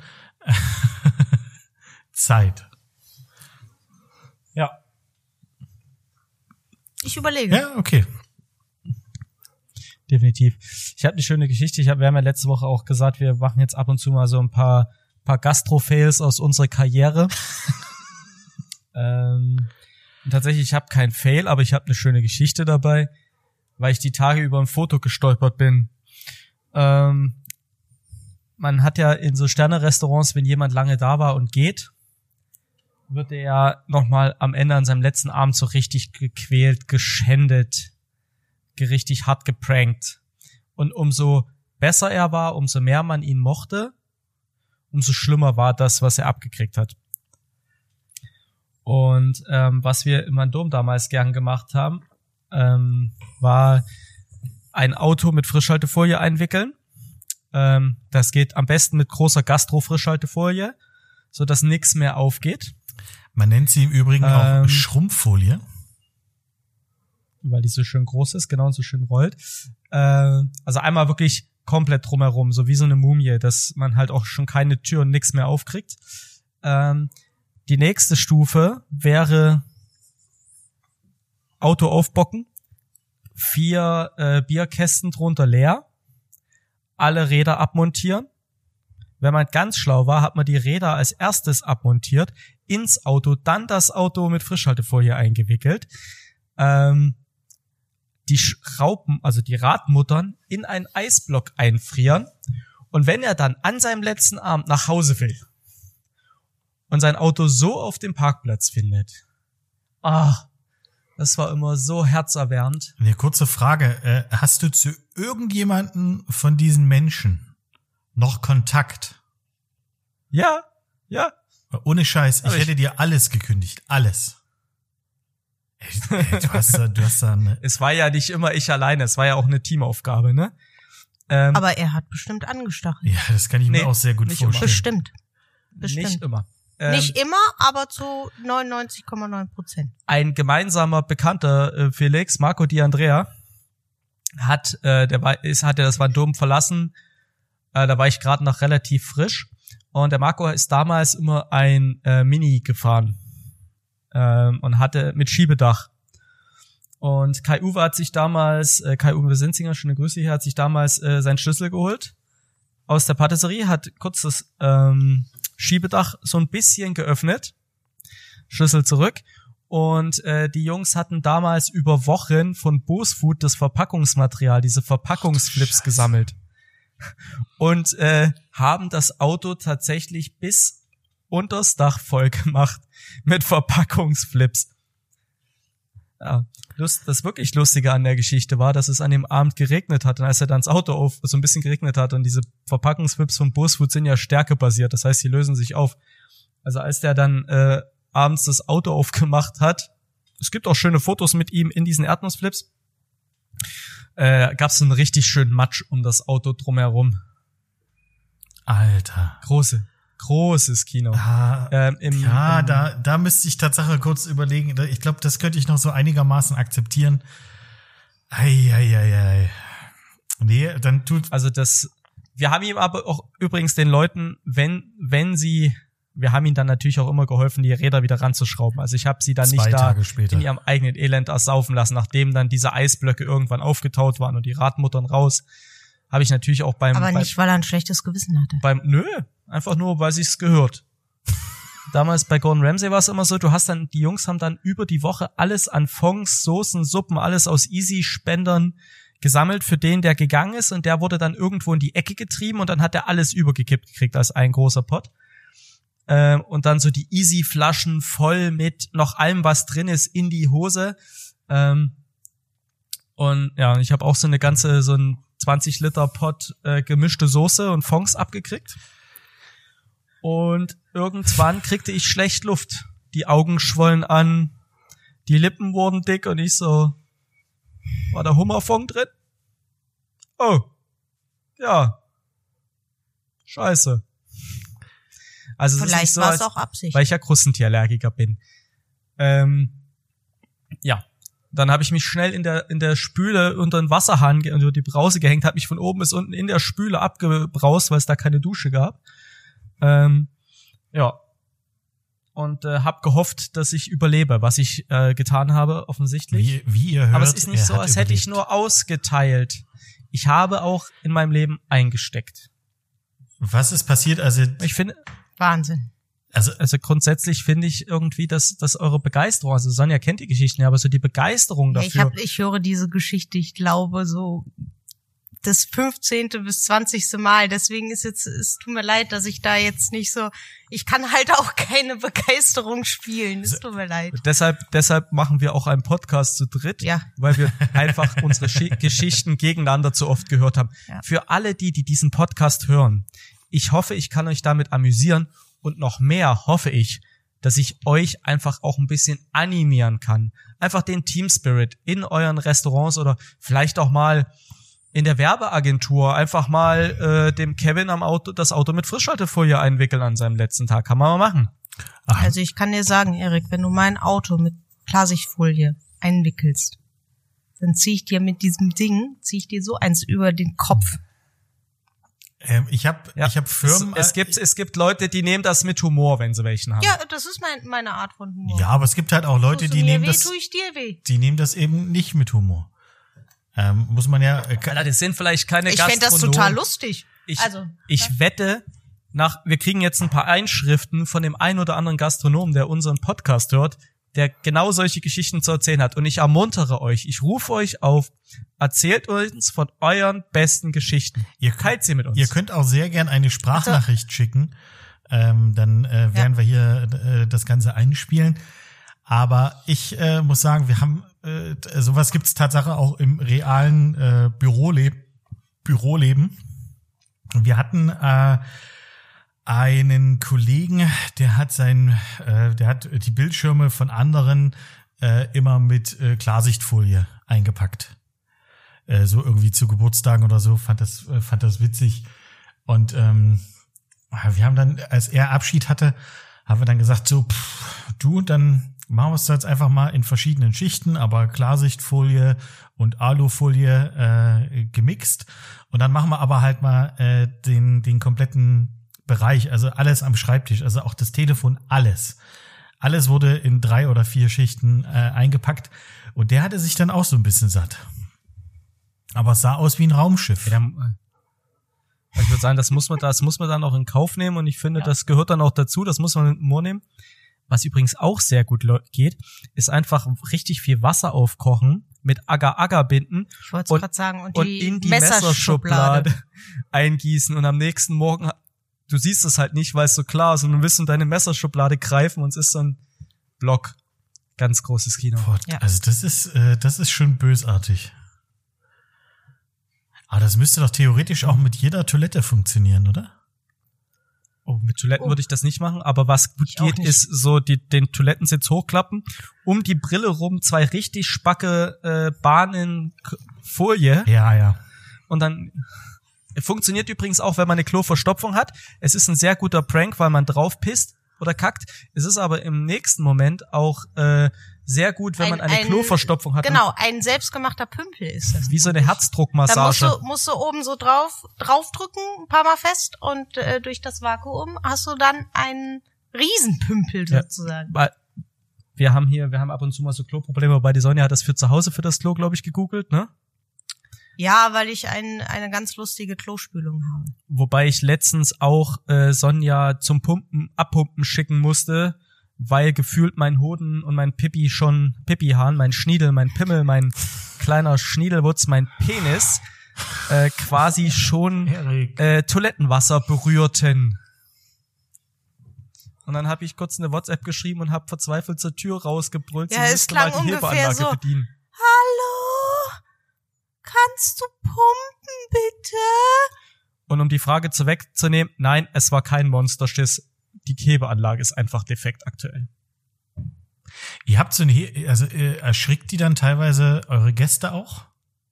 Zeit. Ja. Ich überlege. Ja, okay. Definitiv. Ich habe eine schöne Geschichte. Ich hab, wir haben ja letzte Woche auch gesagt, wir machen jetzt ab und zu mal so ein paar, paar Gastro-Fails aus unserer Karriere. ähm, und tatsächlich, ich habe keinen Fail, aber ich habe eine schöne Geschichte dabei, weil ich die Tage über ein Foto gestolpert bin. Ähm, man hat ja in so Sterne-Restaurants, wenn jemand lange da war und geht, wird er ja nochmal am Ende an seinem letzten Abend so richtig gequält, geschändet, richtig hart geprankt. Und umso besser er war, umso mehr man ihn mochte, umso schlimmer war das, was er abgekriegt hat. Und ähm, was wir im Dom damals gern gemacht haben, ähm, war ein Auto mit Frischhaltefolie einwickeln. Ähm, das geht am besten mit großer Gastro-Frischhaltefolie, so dass nichts mehr aufgeht. Man nennt sie im Übrigen Ähm, auch Schrumpffolie. Weil die so schön groß ist, genau, und so schön rollt. Äh, also einmal wirklich komplett drumherum, so wie so eine Mumie, dass man halt auch schon keine Tür und nichts mehr aufkriegt. Ähm, die nächste Stufe wäre Auto aufbocken, vier äh, Bierkästen drunter leer, alle Räder abmontieren. Wenn man ganz schlau war, hat man die Räder als erstes abmontiert, ins Auto, dann das Auto mit Frischhaltefolie eingewickelt. Ähm, die Schrauben, also die Radmuttern, in einen Eisblock einfrieren. Und wenn er dann an seinem letzten Abend nach Hause will und sein Auto so auf dem Parkplatz findet, ah, das war immer so herzerwärmend. Eine kurze Frage. Äh, hast du zu irgendjemanden von diesen Menschen noch Kontakt? Ja, ja. Ohne Scheiß, ich, Aber ich- hätte dir alles gekündigt. Alles. Ey, ey, du hast da, du hast da eine, Es war ja nicht immer ich alleine, es war ja auch eine Teamaufgabe, ne? Ähm, Aber er hat bestimmt angestachelt. ja, das kann ich Nee, mir auch sehr gut nicht immer. vorstellen. Bestimmt. Bestimmt. nicht immer. Ähm, Nicht immer, aber zu neunundneunzig Komma neun Prozent. ein gemeinsamer Bekannter, äh, Felix, Marco Di Andrea, hat, äh, der war, ist, hat ja das Vendôme verlassen, äh, da war ich gerade noch relativ frisch, und der Marco ist damals immer ein äh, Mini gefahren, ähm, und hatte mit Schiebedach. Und Kai-Uwe hat sich damals, äh, Kai-Uwe Sinzinger, schöne Grüße hier, hat sich damals äh, seinen Schlüssel geholt aus der Patisserie, hat kurz das ähm, Schiebedach so ein bisschen geöffnet, Schlüssel zurück, und äh, die Jungs hatten damals über Wochen von Bosfood das Verpackungsmaterial, diese Verpackungsflips gesammelt und äh, haben das Auto tatsächlich bis unters Dach voll gemacht mit Verpackungsflips. Ja, Lust, das wirklich Lustige an der Geschichte war, dass es an dem Abend geregnet hat und als er dann das Auto auf, so ein bisschen geregnet hat und diese Verpackungswips vom Busfood sind ja stärkebasiert, das heißt, die lösen sich auf. Also als der dann äh, abends das Auto aufgemacht hat, es gibt auch schöne Fotos mit ihm in diesen Erdnussflips, äh, gab es so einen richtig schönen Matsch um das Auto drumherum. Alter. Große, großes Kino. Ah, ähm, im, ja, im, da, da müsste ich Tatsache kurz überlegen. Ich glaube, das könnte ich noch so einigermaßen akzeptieren. Ei, ei, ei, ei. Nee, dann tut. Also das, wir haben ihm aber auch übrigens den Leuten, wenn, wenn sie, wir haben ihnen dann natürlich auch immer geholfen, die Räder wieder ranzuschrauben. Also ich habe sie dann Zwei nicht da Tage später. in ihrem eigenen Elend ersaufen lassen, nachdem dann diese Eisblöcke irgendwann aufgetaut waren und die Radmuttern raus. Habe ich natürlich auch beim... Aber beim, nicht, weil er ein schlechtes Gewissen hatte. Beim, nö, einfach nur, weil sich's gehört. Damals bei Gordon Ramsay war es immer so, du hast dann, die Jungs haben dann über die Woche alles an Fonds, Soßen, Suppen, alles aus Easy-Spendern gesammelt für den, der gegangen ist und der wurde dann irgendwo in die Ecke getrieben und dann hat er alles übergekippt gekriegt als ein großer Pott. Ähm, und dann so die Easy-Flaschen voll mit noch allem, was drin ist, in die Hose. Ähm, und ja, ich habe auch so eine ganze, so ein zwanzig Liter Pott äh, gemischte Soße und Fonds abgekriegt. Und irgendwann kriegte ich schlecht Luft. Die Augen schwollen an, die Lippen wurden dick und ich so, war da Hummerfond drin? Oh, ja, scheiße. Also es ist Vielleicht nicht so, war es als, auch Absicht. weil ich ja Krustentierallergiker bin. Ähm, ja. Dann habe ich mich schnell in der in der Spüle unter den Wasserhahn ge- unter die Brause gehängt, habe mich von oben bis unten in der Spüle abgebraust, weil es da keine Dusche gab. Ähm, ja. Und äh, habe gehofft, dass ich überlebe, was ich äh, getan habe, offensichtlich. Wie, wie ihr hört, Aber es ist nicht er so, hat als hätte ich überlebt. nur ausgeteilt. Ich habe auch in meinem Leben eingesteckt. Was ist passiert, also, Ich finde, Wahnsinn. also, also grundsätzlich finde ich irgendwie, dass, dass eure Begeisterung, also Sonja kennt die Geschichten, ja, aber so die Begeisterung Ja, dafür. ich, hab, ich höre diese Geschichte, ich glaube, so das fünfzehnte bis zwanzigste Mal. Deswegen ist jetzt, es tut mir leid, dass ich da jetzt nicht so, ich kann halt auch keine Begeisterung spielen. Es tut mir leid. Deshalb, deshalb machen wir auch einen Podcast zu dritt, Ja. weil wir einfach unsere Schi- Geschichten gegeneinander zu oft gehört haben. Ja. Für alle die, die diesen Podcast hören, ich hoffe, ich kann euch damit amüsieren und noch mehr hoffe ich, dass ich euch einfach auch ein bisschen animieren kann. Einfach den Team Spirit in euren Restaurants oder vielleicht auch mal in der Werbeagentur einfach mal äh, dem Kevin am Auto das Auto mit Frischhaltefolie einwickeln an seinem letzten Tag. Kann man mal machen. ach, Also ich kann dir sagen, Erik, wenn du mein Auto mit Klarsichtfolie einwickelst, dann zieh ich dir mit diesem Ding, zieh ich dir so eins über den Kopf. ähm, ich habe, Ja, ich habe Firmen. Es, es gibt es gibt Leute, die nehmen das mit Humor, wenn sie welchen haben. Ja, das ist mein, meine Art von Humor. Ja, aber es gibt halt auch Leute, Tust du die mir nehmen weh, das, tue ich dir weh. die nehmen das eben nicht mit Humor. Ähm, muss man ja. Äh, Alter, das sind vielleicht keine Ich fände das Gastronomen. total lustig. Ich, also, ich wette, nach, wir kriegen jetzt ein paar Einschriften von dem einen oder anderen Gastronomen, der unseren Podcast hört, der genau solche Geschichten zu erzählen hat. Und ich ermuntere euch, ich rufe euch auf, erzählt uns von euren besten Geschichten. Ihr Teilt sie mit uns. Ihr könnt auch sehr gern eine Sprachnachricht schicken. Ähm, dann äh, werden Ja. wir hier äh, das Ganze einspielen. Aber ich äh, muss sagen, wir haben äh, sowas gibt's Tatsache auch im realen äh, Büroleb Büroleben. Und wir hatten äh, einen Kollegen, der hat sein, äh, der hat die Bildschirme von anderen äh, immer mit äh, Klarsichtfolie eingepackt. Äh, so irgendwie zu Geburtstagen oder so, fand das, äh, fand das witzig. Und ähm, wir haben dann, als er Abschied hatte, haben wir dann gesagt, so, pff, du, dann machen wir es jetzt einfach mal in verschiedenen Schichten, aber Klarsichtfolie und Alufolie äh, gemixt. Und dann machen wir aber halt mal äh, den den kompletten Bereich, also alles am Schreibtisch, also auch das Telefon, alles. Alles wurde in drei oder vier Schichten äh, eingepackt. Und der hatte sich dann auch so ein bisschen satt. Aber es sah aus wie ein Raumschiff. Ja, dann, äh, ich würde sagen, das muss man, das muss man dann auch in Kauf nehmen und ich finde, Ja. das gehört dann auch dazu, das muss man in den Humor nehmen. Was übrigens auch sehr gut le- geht, ist einfach richtig viel Wasser aufkochen, mit Agar-Agar binden Ich wollte und- es gerade sagen. Und, und die in die Messerschublade. Messerschublade eingießen und am nächsten Morgen, du siehst es halt nicht, weil es so klar ist und du willst in deine Messerschublade greifen und es ist so ein Block Ganz großes Kino. Boah, Ja. Also das ist, äh, das ist schon bösartig. Aber das müsste doch theoretisch auch mit jeder Toilette funktionieren, oder? Oh, mit Toiletten Oh. würde ich das nicht machen, aber was gut Ich auch geht, nicht. ist so die, den Toilettensitz hochklappen, um die Brille rum zwei richtig spacke äh, Bahnen K- Folie Ja, ja. und dann funktioniert übrigens auch, wenn man eine Kloverstopfung hat. Es ist ein sehr guter Prank, weil man drauf pisst oder kackt. Es ist aber im nächsten Moment auch äh, sehr gut, wenn man Ein- eine ein- Kloverstopfung hat. Genau, ein selbstgemachter Pümpel ist das. Wie so eine Da musst Herzdruckmassage. du, musst du oben so drauf, draufdrücken, ein paar Mal fest und äh, durch das Vakuum hast du dann einen Riesenpümpel Ja. sozusagen. Weil wir haben hier, wir haben ab und zu mal so Kloprobleme, wobei die Sonja hat das für zu Hause für das Klo, glaube ich, gegoogelt, ne? Ja, weil ich ein, eine ganz lustige Klospülung habe. Wobei ich letztens auch äh, Sonja zum Pumpen, Abpumpen schicken musste, weil gefühlt mein Hoden und mein Pipi schon, Pipi-Hahn, mein Schniedel, mein Pimmel, mein kleiner Schniedelwutz, mein Penis äh, quasi schon Erik. äh, Toilettenwasser berührten. Und dann habe ich kurz eine WhatsApp geschrieben und habe verzweifelt zur Tür rausgebrüllt, Ja, sie es müsste klang mal die ungefähr Hebeanlage so. bedienen. Hallo? Kannst du pumpen, bitte? Und um die Frage zu wegzunehmen, nein, es war kein Monsterschiss. Die Hebeanlage ist einfach defekt aktuell. Ihr habt so eine, He also äh, erschrickt die dann teilweise eure Gäste auch?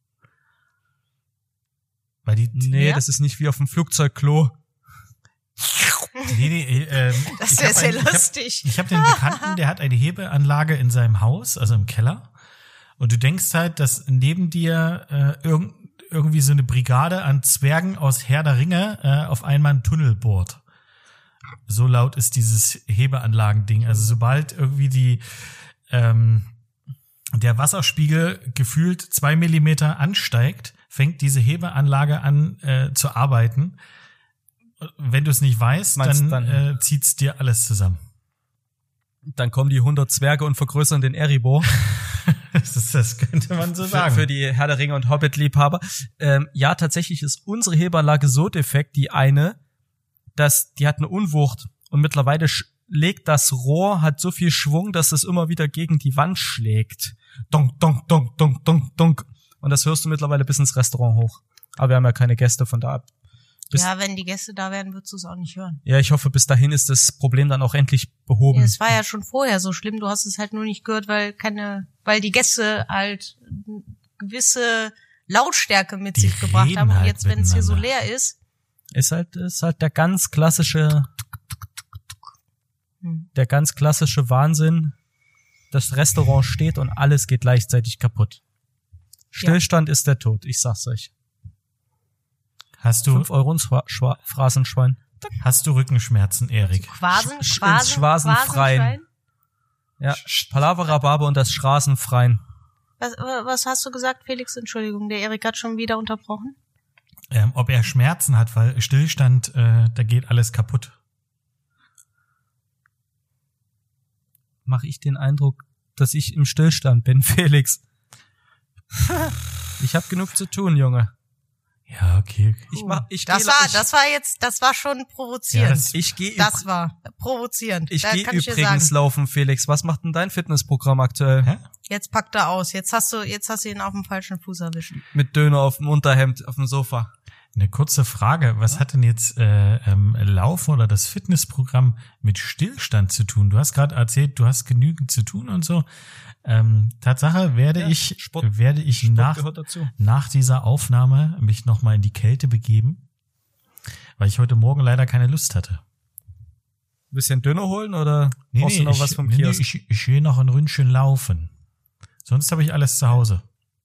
Weil die, Nee, Ja. das ist nicht wie auf dem Flugzeugklo. nee, nee, äh, ähm, Das ich wäre hab sehr einen- ich hab- lustig. Ich habe den Bekannten, der hat eine Hebeanlage in seinem Haus, also im Keller. Und du denkst halt, dass neben dir äh, irg irgendwie so eine Brigade an Zwergen aus Herr der Ringe äh, auf einmal einen Tunnel bohrt. So laut ist dieses Hebeanlagending. Also sobald irgendwie die ähm, der Wasserspiegel gefühlt zwei Millimeter ansteigt, fängt diese Hebeanlage an äh, zu arbeiten. Wenn du es nicht weißt, Meinst dann, dann- äh, zieht's dir alles zusammen. Dann kommen die hundert Zwerge und vergrößern den Erebor. Das, ist, das könnte man so für, sagen. für die Herr der Ringe und Hobbit-Liebhaber. Ähm, ja, tatsächlich ist unsere Hebeanlage so defekt, die eine, dass die hat eine Unwucht und mittlerweile sch- legt das Rohr, hat so viel Schwung, dass es immer wieder gegen die Wand schlägt. Donk, donk, donk, donk, donk, donk. Und das hörst du mittlerweile bis ins Restaurant hoch. Aber wir haben ja keine Gäste, von da ab. Bis, ja. Ja, wenn die Gäste da wären, würdest du es auch nicht hören. ja, ich hoffe, bis dahin ist das Problem dann auch endlich behoben. Ja, es war ja schon vorher so schlimm, du hast es halt nur nicht gehört, weil keine, weil die Gäste halt eine gewisse Lautstärke mit Die sich gebracht reden haben. Und halt jetzt, wenn es hier so miteinander. leer ist, Ist halt, ist halt der ganz klassische, Hm. der ganz klassische Wahnsinn. Das Restaurant steht und alles geht gleichzeitig kaputt. Stillstand ist der Tod, ich sag's euch. Hast du, Fünf Euro ins Schwa- Schwa- Phrasenschwein. hast du Rückenschmerzen, Erik? Quasen, Sch- Quasen, ins Schwasenfreien. Quasenschwein? Ja, Palaverababe und das Straßenfreien. Was, was hast du gesagt, Felix? Entschuldigung, der Erik hat schon wieder unterbrochen. Ähm, ob er Schmerzen hat, weil Stillstand, äh, da geht alles kaputt. Mache ich den Eindruck, dass ich im Stillstand bin, Felix. Ich habe genug zu tun, Junge. Ja, okay. Ich mach, ich das geh, war, ich, das war jetzt, das war schon provozierend. Ja, das- ich gehe das war provozierend. ich da geh kann ich dir übrigens sagen. laufen, Felix. Was macht denn dein Fitnessprogramm aktuell? Hä? Jetzt packt er aus. Jetzt hast du, jetzt hast du ihn auf dem falschen Fuß erwischt. Mit Döner auf dem Unterhemd auf dem Sofa. Eine kurze Frage. Was hat denn jetzt äh, ähm, Laufen oder das Fitnessprogramm mit Stillstand zu tun? Du hast gerade erzählt, du hast genügend zu tun und so. Ähm, Tatsache werde Ja, ich Sport- werde ich Sport nach gehört dazu. nach dieser Aufnahme mich noch mal in die Kälte begeben, weil ich heute Morgen leider keine Lust hatte. Ein bisschen Döner holen oder Nee, brauchst nee, du noch ich, was vom nee, nee, Kiosk? ich, ich gehe noch ein Ründchen laufen. Sonst habe ich alles zu Hause.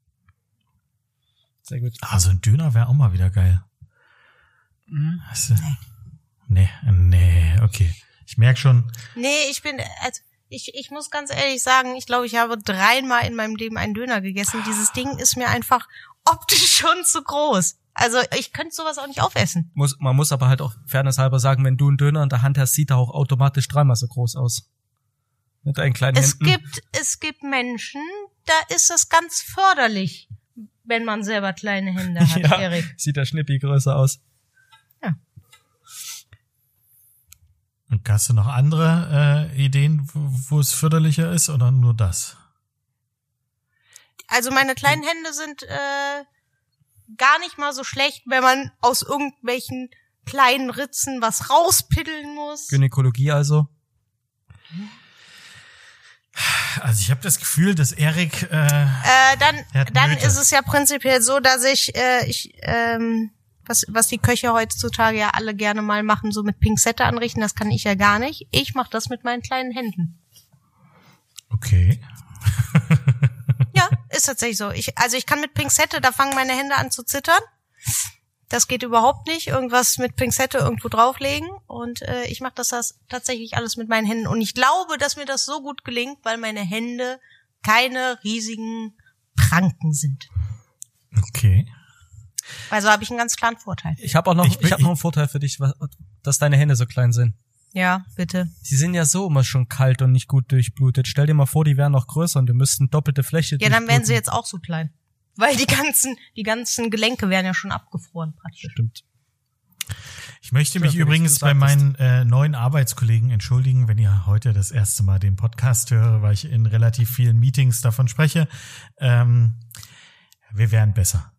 Sehr gut. Ah, so ein Döner wäre auch mal wieder geil. Mhm. Also, nee, nee, okay. Ich merk schon, Nee, ich bin, also, ich, ich muss ganz ehrlich sagen, ich glaube, ich habe dreimal in meinem Leben einen Döner gegessen. Dieses Ding ist mir einfach optisch schon zu groß. Also, ich könnte sowas auch nicht aufessen. Muss, man muss aber halt auch fairnesshalber sagen, wenn du einen Döner in der Hand hast, sieht er auch automatisch dreimal so groß aus. Mit deinen kleinen Es Händen. gibt, es gibt Menschen, da ist das ganz förderlich, wenn man selber kleine Hände hat, Ja, Erik. sieht der Schnippi größer aus. Und hast du noch andere äh, Ideen, wo, wo es förderlicher ist oder nur das? Also meine kleinen Hände sind äh, gar nicht mal so schlecht, wenn man aus irgendwelchen kleinen Ritzen was rauspiddeln muss. Gynäkologie also? Also ich habe das Gefühl, dass Erik äh, Äh, dann dann Nöte. ist es ja prinzipiell so, dass ich, äh, ich ähm, was was die Köche heutzutage ja alle gerne mal machen, so mit Pinzette anrichten, das kann ich ja gar nicht. Ich mache das mit meinen kleinen Händen. Okay. Ja, ist tatsächlich so. Ich also ich kann mit Pinzette, da fangen meine Hände an zu zittern. Das geht überhaupt nicht. Irgendwas mit Pinzette irgendwo drauflegen. Und äh, ich mache das, das tatsächlich alles mit meinen Händen. Und ich glaube, dass mir das so gut gelingt, weil meine Hände keine riesigen Pranken sind. Okay. Also habe ich einen ganz klaren Vorteil. Ich habe auch noch, Ich ich, bin- ich habe noch einen Vorteil für dich, was- dass deine Hände so klein sind. Ja, bitte. Die sind ja so immer schon kalt und nicht gut durchblutet. Stell dir mal vor, die wären noch größer und wir müssten doppelte Fläche Ja, dann wären sie durchbluten. jetzt auch so klein. Weil die ganzen, die ganzen Gelenke wären ja schon abgefroren praktisch. Stimmt. Ich möchte Ja, mich wie du übrigens es bei sagtest. meinen äh, neuen Arbeitskollegen entschuldigen, wenn ihr heute das erste Mal den Podcast höre, weil ich in relativ vielen Meetings davon spreche. Ähm, wir wären besser.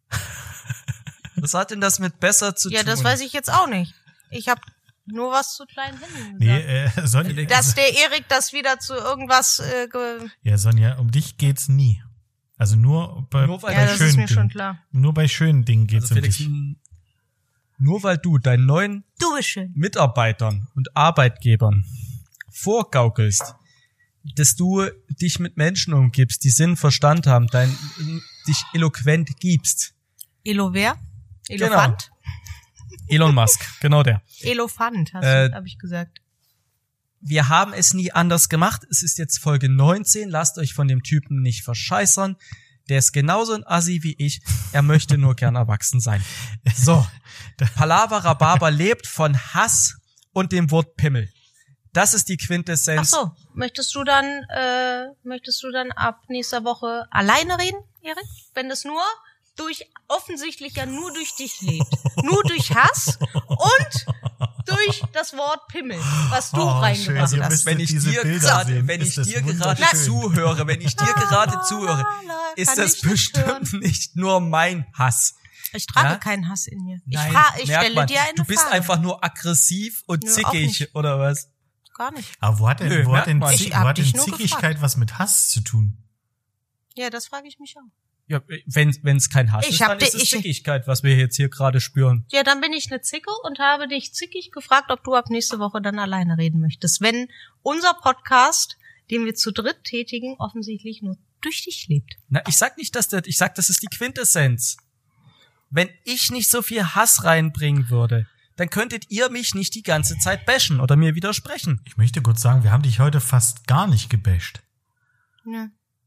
Was hat denn das mit besser zu Ja, tun? das weiß ich jetzt auch nicht. Ich habe nur was zu kleinen Händen gesagt. Nee, äh, Sonja, Dass der Erik das wieder zu irgendwas äh, ge ja, Sonja, um dich geht's nie. Also nur bei, Nur weil- Ja, bei das schönen ist mir Dingen. schon klar. Nur bei schönen Dingen geht's Also um Felix, dich. nur weil du deinen neuen Du bist schön. Mitarbeitern und Arbeitgebern vorgaukelst, dass du dich mit Menschen umgibst, die Sinn, Verstand haben, dein, dich eloquent gibst. Elo wer? Elefant? Elon Musk, genau der. Elefant, hast Äh, du, habe ich gesagt. Wir haben es nie anders gemacht. Es ist jetzt Folge neunzehn. Lasst euch von dem Typen nicht verscheißern. Der ist genauso ein Assi wie ich. Er möchte nur gern erwachsen sein. So. Palaver Rhabarber lebt von Hass und dem Wort Pimmel. Das ist die Ach Quintessenz. so, möchtest du dann, äh, möchtest du dann ab nächster Woche alleine reden, Erik? Wenn das nur durch, offensichtlich ja nur durch dich lebt. Nur durch Hass und durch das Wort Pimmel, was du Oh, schön. reingebracht Also hast. müsst Wenn ihr ich diese dir Bilder gerade, sehen, wenn ist ich das dir gerade wunderschön. zuhöre, wenn ich dir gerade zuhöre, ist Kann das ich nicht bestimmt hören. nicht nur mein Hass. Ich trage Ja? keinen Hass in mir. Ich, Nein, fra ich merkt stelle man. dir eine Du bist Frage. einfach nur aggressiv und Nö, auch zickig, nicht. oder was? Gar nicht. Aber wo hat denn, Nö, wo merkt hat denn, man. Zick, Ich wo hab hat denn dich nur Zickigkeit gefragt. was mit Hass zu tun? Ja, das frage ich mich auch. Ja, wenn wenn es kein Hass Ich ist, hab dann di- ist es ich- Zickigkeit, was wir jetzt hier gerade spüren. Ja, dann bin ich eine Zicke und habe dich zickig gefragt, ob du ab nächste Woche dann alleine reden möchtest. Wenn unser Podcast, den wir zu dritt tätigen, offensichtlich nur durch dich lebt. Na, ich sag nicht, dass das, ich sag, das ist die Quintessenz. Wenn ich nicht so viel Hass reinbringen würde, dann könntet ihr mich nicht die ganze Zeit bashen oder mir widersprechen. Ich möchte kurz sagen, wir haben dich heute fast gar nicht gebasht. Ja.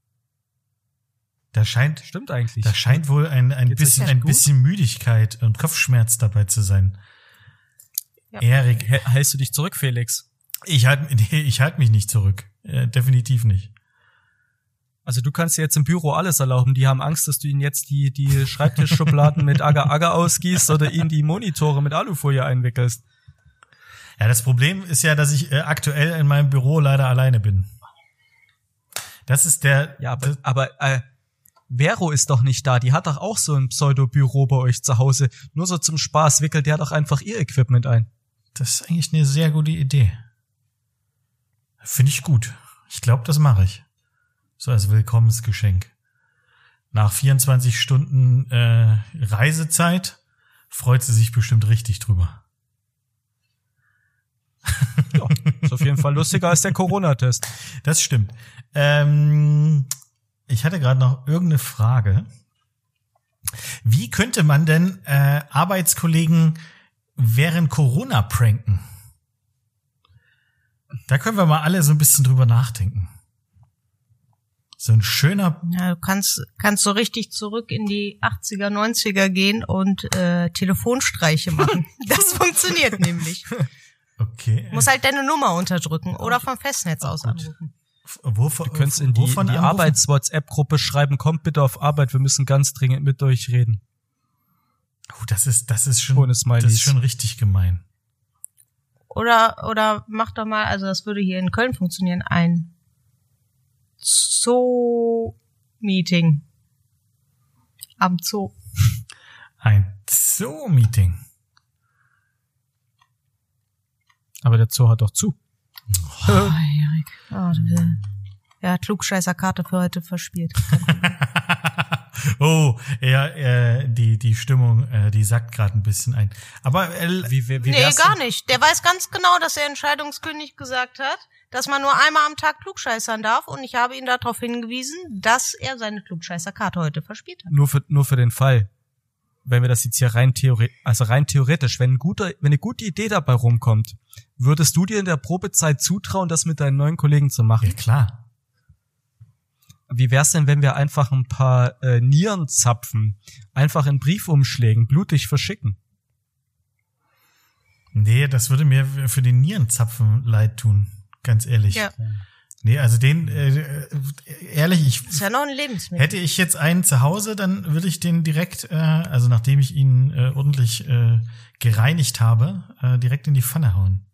Da scheint, Stimmt eigentlich. da scheint wohl ein, ein Geht's euch bisschen, echt ein gut? bisschen Müdigkeit und Kopfschmerz dabei zu sein. Ja. Erik, H- Hältst du dich zurück, Felix? ich halte nee, ich halt mich nicht zurück. Äh, definitiv nicht. Also du kannst dir jetzt im Büro alles erlauben. Die haben Angst, dass du ihnen jetzt die, die Schreibtischschubladen mit Agar-Agar ausgießt oder ihnen die Monitore mit Alufolie einwickelst. Ja, das Problem ist ja, dass ich äh, aktuell in meinem Büro leider alleine bin. Das ist der, Ja, aber, das, aber äh, Vero ist doch nicht da. Die hat doch auch so ein Pseudo-Büro bei euch zu Hause. Nur so zum Spaß wickelt der doch einfach ihr Equipment ein. das ist eigentlich eine sehr gute Idee. Finde ich gut. Ich glaube, das mache ich. So als Willkommensgeschenk. Nach vierundzwanzig Stunden äh, Reisezeit freut sie sich bestimmt richtig drüber. Ja, ist auf jeden Fall lustiger als der Corona-Test. Das stimmt. Ähm, ich hatte gerade noch irgendeine Frage. Wie könnte man denn äh, Arbeitskollegen während Corona pranken? Da können wir mal alle so ein bisschen drüber nachdenken. So ein schöner, Ja, du kannst, kannst so richtig zurück in die achtziger, neunziger gehen und äh, Telefonstreiche machen. Das funktioniert nämlich. okay. Du musst halt deine Nummer unterdrücken oder vom Festnetz aus gut. anrufen. Wovon, Du könntest in die, in wovon die anrufen? Arbeits-WhatsApp-Gruppe schreiben, kommt bitte auf Arbeit, wir müssen ganz dringend mit euch reden. Oh, das ist, das ist schon, Ohne Smileys. das ist schon richtig gemein. Oder, oder mach doch mal, also das würde hier in Köln funktionieren, ein Zoo-Meeting. Am Zoo. Ein Zoo-Meeting. Aber der Zoo hat doch zu. Oh, Erik. Oh, ja, Klugscheißer-Karte für heute verspielt. Oh, ja, äh, die die Stimmung, äh, die sackt gerade ein bisschen ein. Aber äh, Wie, wie, wie Nee, wär's gar denn? nicht. Der weiß ganz genau, dass der Entscheidungskönig gesagt hat, dass man nur einmal am Tag klugscheißern darf. Und ich habe ihn darauf hingewiesen, dass er seine Klugscheißer-Karte heute verspielt hat. Nur für, nur für den Fall. Wenn wir das jetzt hier rein theoretisch, also rein theoretisch, wenn ein guter, wenn eine gute Idee dabei rumkommt, würdest du dir in der Probezeit zutrauen, das mit deinen neuen Kollegen zu machen? ja klar. Wie wär's denn, wenn wir einfach ein paar äh, Nierenzapfen einfach in Briefumschlägen blutig verschicken? Nee, das würde mir für den Nierenzapfen leid tun, ganz ehrlich. Ja. Nee, also den, äh, ehrlich, ich Ist ja noch ein Lebensmittel. hätte ich jetzt einen zu Hause, dann würde ich den direkt, äh, also nachdem ich ihn äh, ordentlich äh, gereinigt habe, äh, direkt in die Pfanne hauen.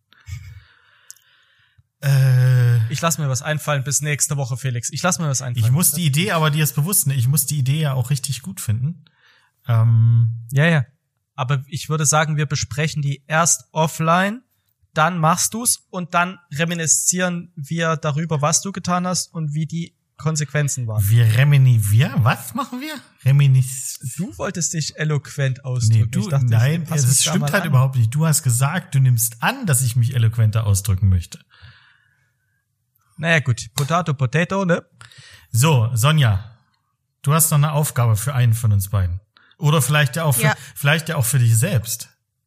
Äh, Ich lass mir was einfallen bis nächste Woche, Felix. Ich lass mir was einfallen. ich muss die Idee, aber dir ist bewusst, ne? Ich muss die Idee ja auch richtig gut finden. Ähm, Ja, ja. Aber ich würde sagen, wir besprechen die erst offline, dann machst du's und dann reminiszieren wir darüber, was du getan hast und wie die Konsequenzen waren. wir remini, wir? Was machen wir? Reminis. Du wolltest dich eloquent Nee, ausdrücken. du, Ich dachte, nein, ich pass es mich da stimmt mal halt an. überhaupt nicht. Du hast gesagt, du nimmst an, dass ich mich eloquenter ausdrücken möchte. Naja, gut. Potato, Potato, ne? So, Sonja, du hast noch eine Aufgabe für einen von uns beiden. Oder vielleicht ja auch für, Ja. vielleicht ja auch für dich selbst.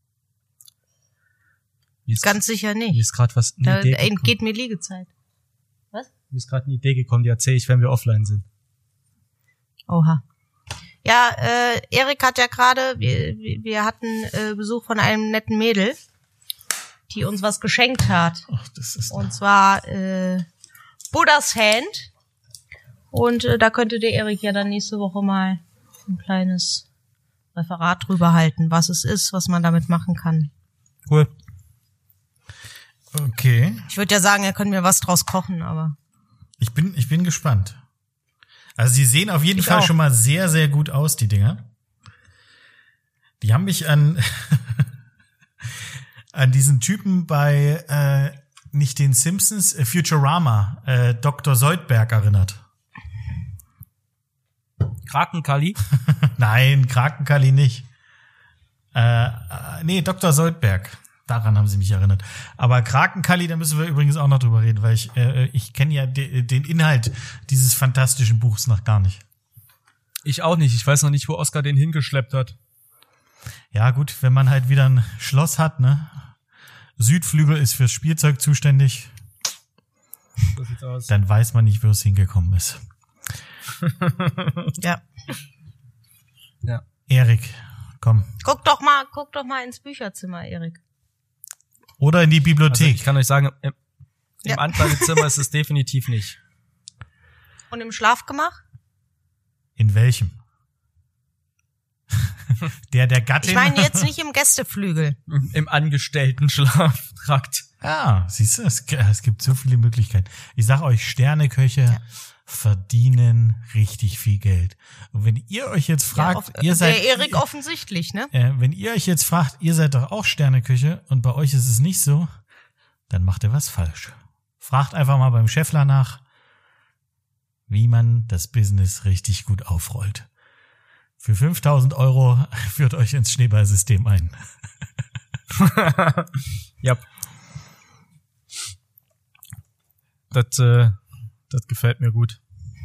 Mir ist, Ganz sicher mir nicht. ist gerade was eine Da Idee gekommen. entgeht mir Liegezeit. Was? Mir ist gerade eine Idee gekommen, die erzähle ich, wenn wir offline sind. Oha. Ja, äh, Erik hat ja gerade, wir, wir hatten äh, Besuch von einem netten Mädel, die uns was geschenkt hat. Ach, das ist Und zwar äh, Buddhas Hand. Und äh, da könnte der Erik ja dann nächste Woche mal ein kleines Referat drüber halten, was es ist, was man damit machen kann. Cool. okay. Ich würde ja sagen, er könnte mir was draus kochen, aber Ich bin, ich bin gespannt. Also sie sehen auf jeden Ich Fall auch. schon mal sehr, sehr gut aus, die Dinger. Die haben mich an an diesen Typen bei äh, nicht den Simpsons, äh, Futurama, äh, Doktor Soldberg erinnert. Krakenkali. Nein, Krakenkali nicht. Äh, äh, nee, Doktor Soldberg. Daran haben sie mich erinnert. Aber Krakenkali, da müssen wir übrigens auch noch drüber reden, weil ich äh, ich kenne ja de, den Inhalt dieses fantastischen Buchs noch gar nicht. Ich auch nicht. Ich weiß noch nicht, wo Oskar den hingeschleppt hat. Ja gut, wenn man halt wieder ein Schloss hat, ne? Südflügel ist fürs Spielzeug zuständig, So sieht's aus. dann weiß man nicht, wo es hingekommen ist. ja. Ja. Erik, komm. Guck doch mal, guck doch mal ins Bücherzimmer, Erik. Oder in die Also Bibliothek. ich kann euch sagen, im, im Ja. Ankleidezimmer ist es definitiv nicht. Und im Schlafgemach? in welchem? Der der Gattin? Ich meine jetzt nicht im Gästeflügel. Im Angestellten-Schlaftrakt. Ja, siehst du, es, es gibt so viele Möglichkeiten. Ich sag euch, Sterneköche verdienen richtig viel Geld. Und wenn ihr euch jetzt fragt, Ja, off- ihr seid, der Erik offensichtlich, ne? äh, wenn ihr euch jetzt fragt, ihr seid doch auch Sterneköche und bei euch ist es nicht so, dann macht ihr was falsch. Fragt einfach mal beim Schäffler nach, wie man das Business richtig gut aufrollt. Für fünftausend Euro führt euch ins Schneeballsystem ein. Ja. Das, äh, das gefällt mir gut.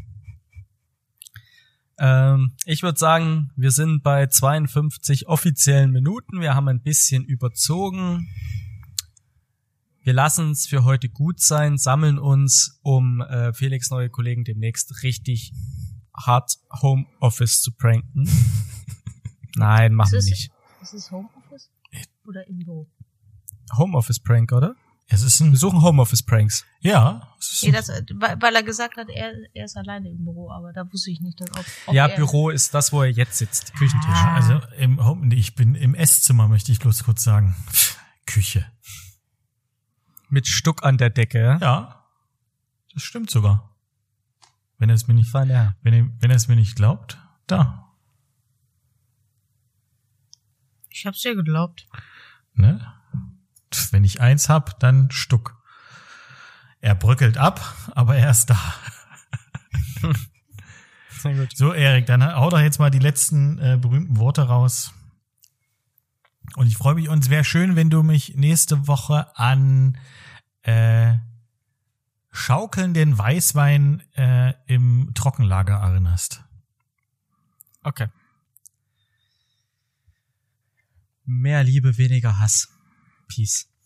Ähm, ich würde sagen, wir sind bei zweiundfünfzig offiziellen Minuten. Wir haben ein bisschen überzogen. Wir lassen es für heute gut sein, sammeln uns, um äh, Felix' neue Kollegen demnächst richtig hart Homeoffice zu pranken. Nein, machen wir Ist es- nicht. Ist es Homeoffice? Oder im Büro? Homeoffice-Prank, oder? Es ist ein, Wir suchen Homeoffice-Pranks. ja, es ist Nee, das, weil weil er gesagt hat, er, er ist alleine im Büro, aber da wusste ich nicht, dass, ob, ob Ja, er, Büro ist das, wo er jetzt sitzt. Küchentisch. Ah. Also im Home, ich bin im Esszimmer, möchte ich bloß kurz sagen. Küche. Mit Stuck an der Decke. Ja, das stimmt sogar. Wenn er es mir nicht, Fein, ja. wenn er, wenn er es mir nicht glaubt, da. Ich hab's dir geglaubt. Ne? Wenn ich eins hab, dann Stuck. Er bröckelt ab, aber er ist da. Sehr gut. So, Erik, dann hau doch jetzt mal die letzten äh, berühmten Worte raus. Und ich freue mich, und es wäre schön, wenn du mich nächste Woche an äh, schaukelnden Weißwein äh, im Trockenlager erinnerst. Okay. Mehr Liebe, weniger Hass. Peace.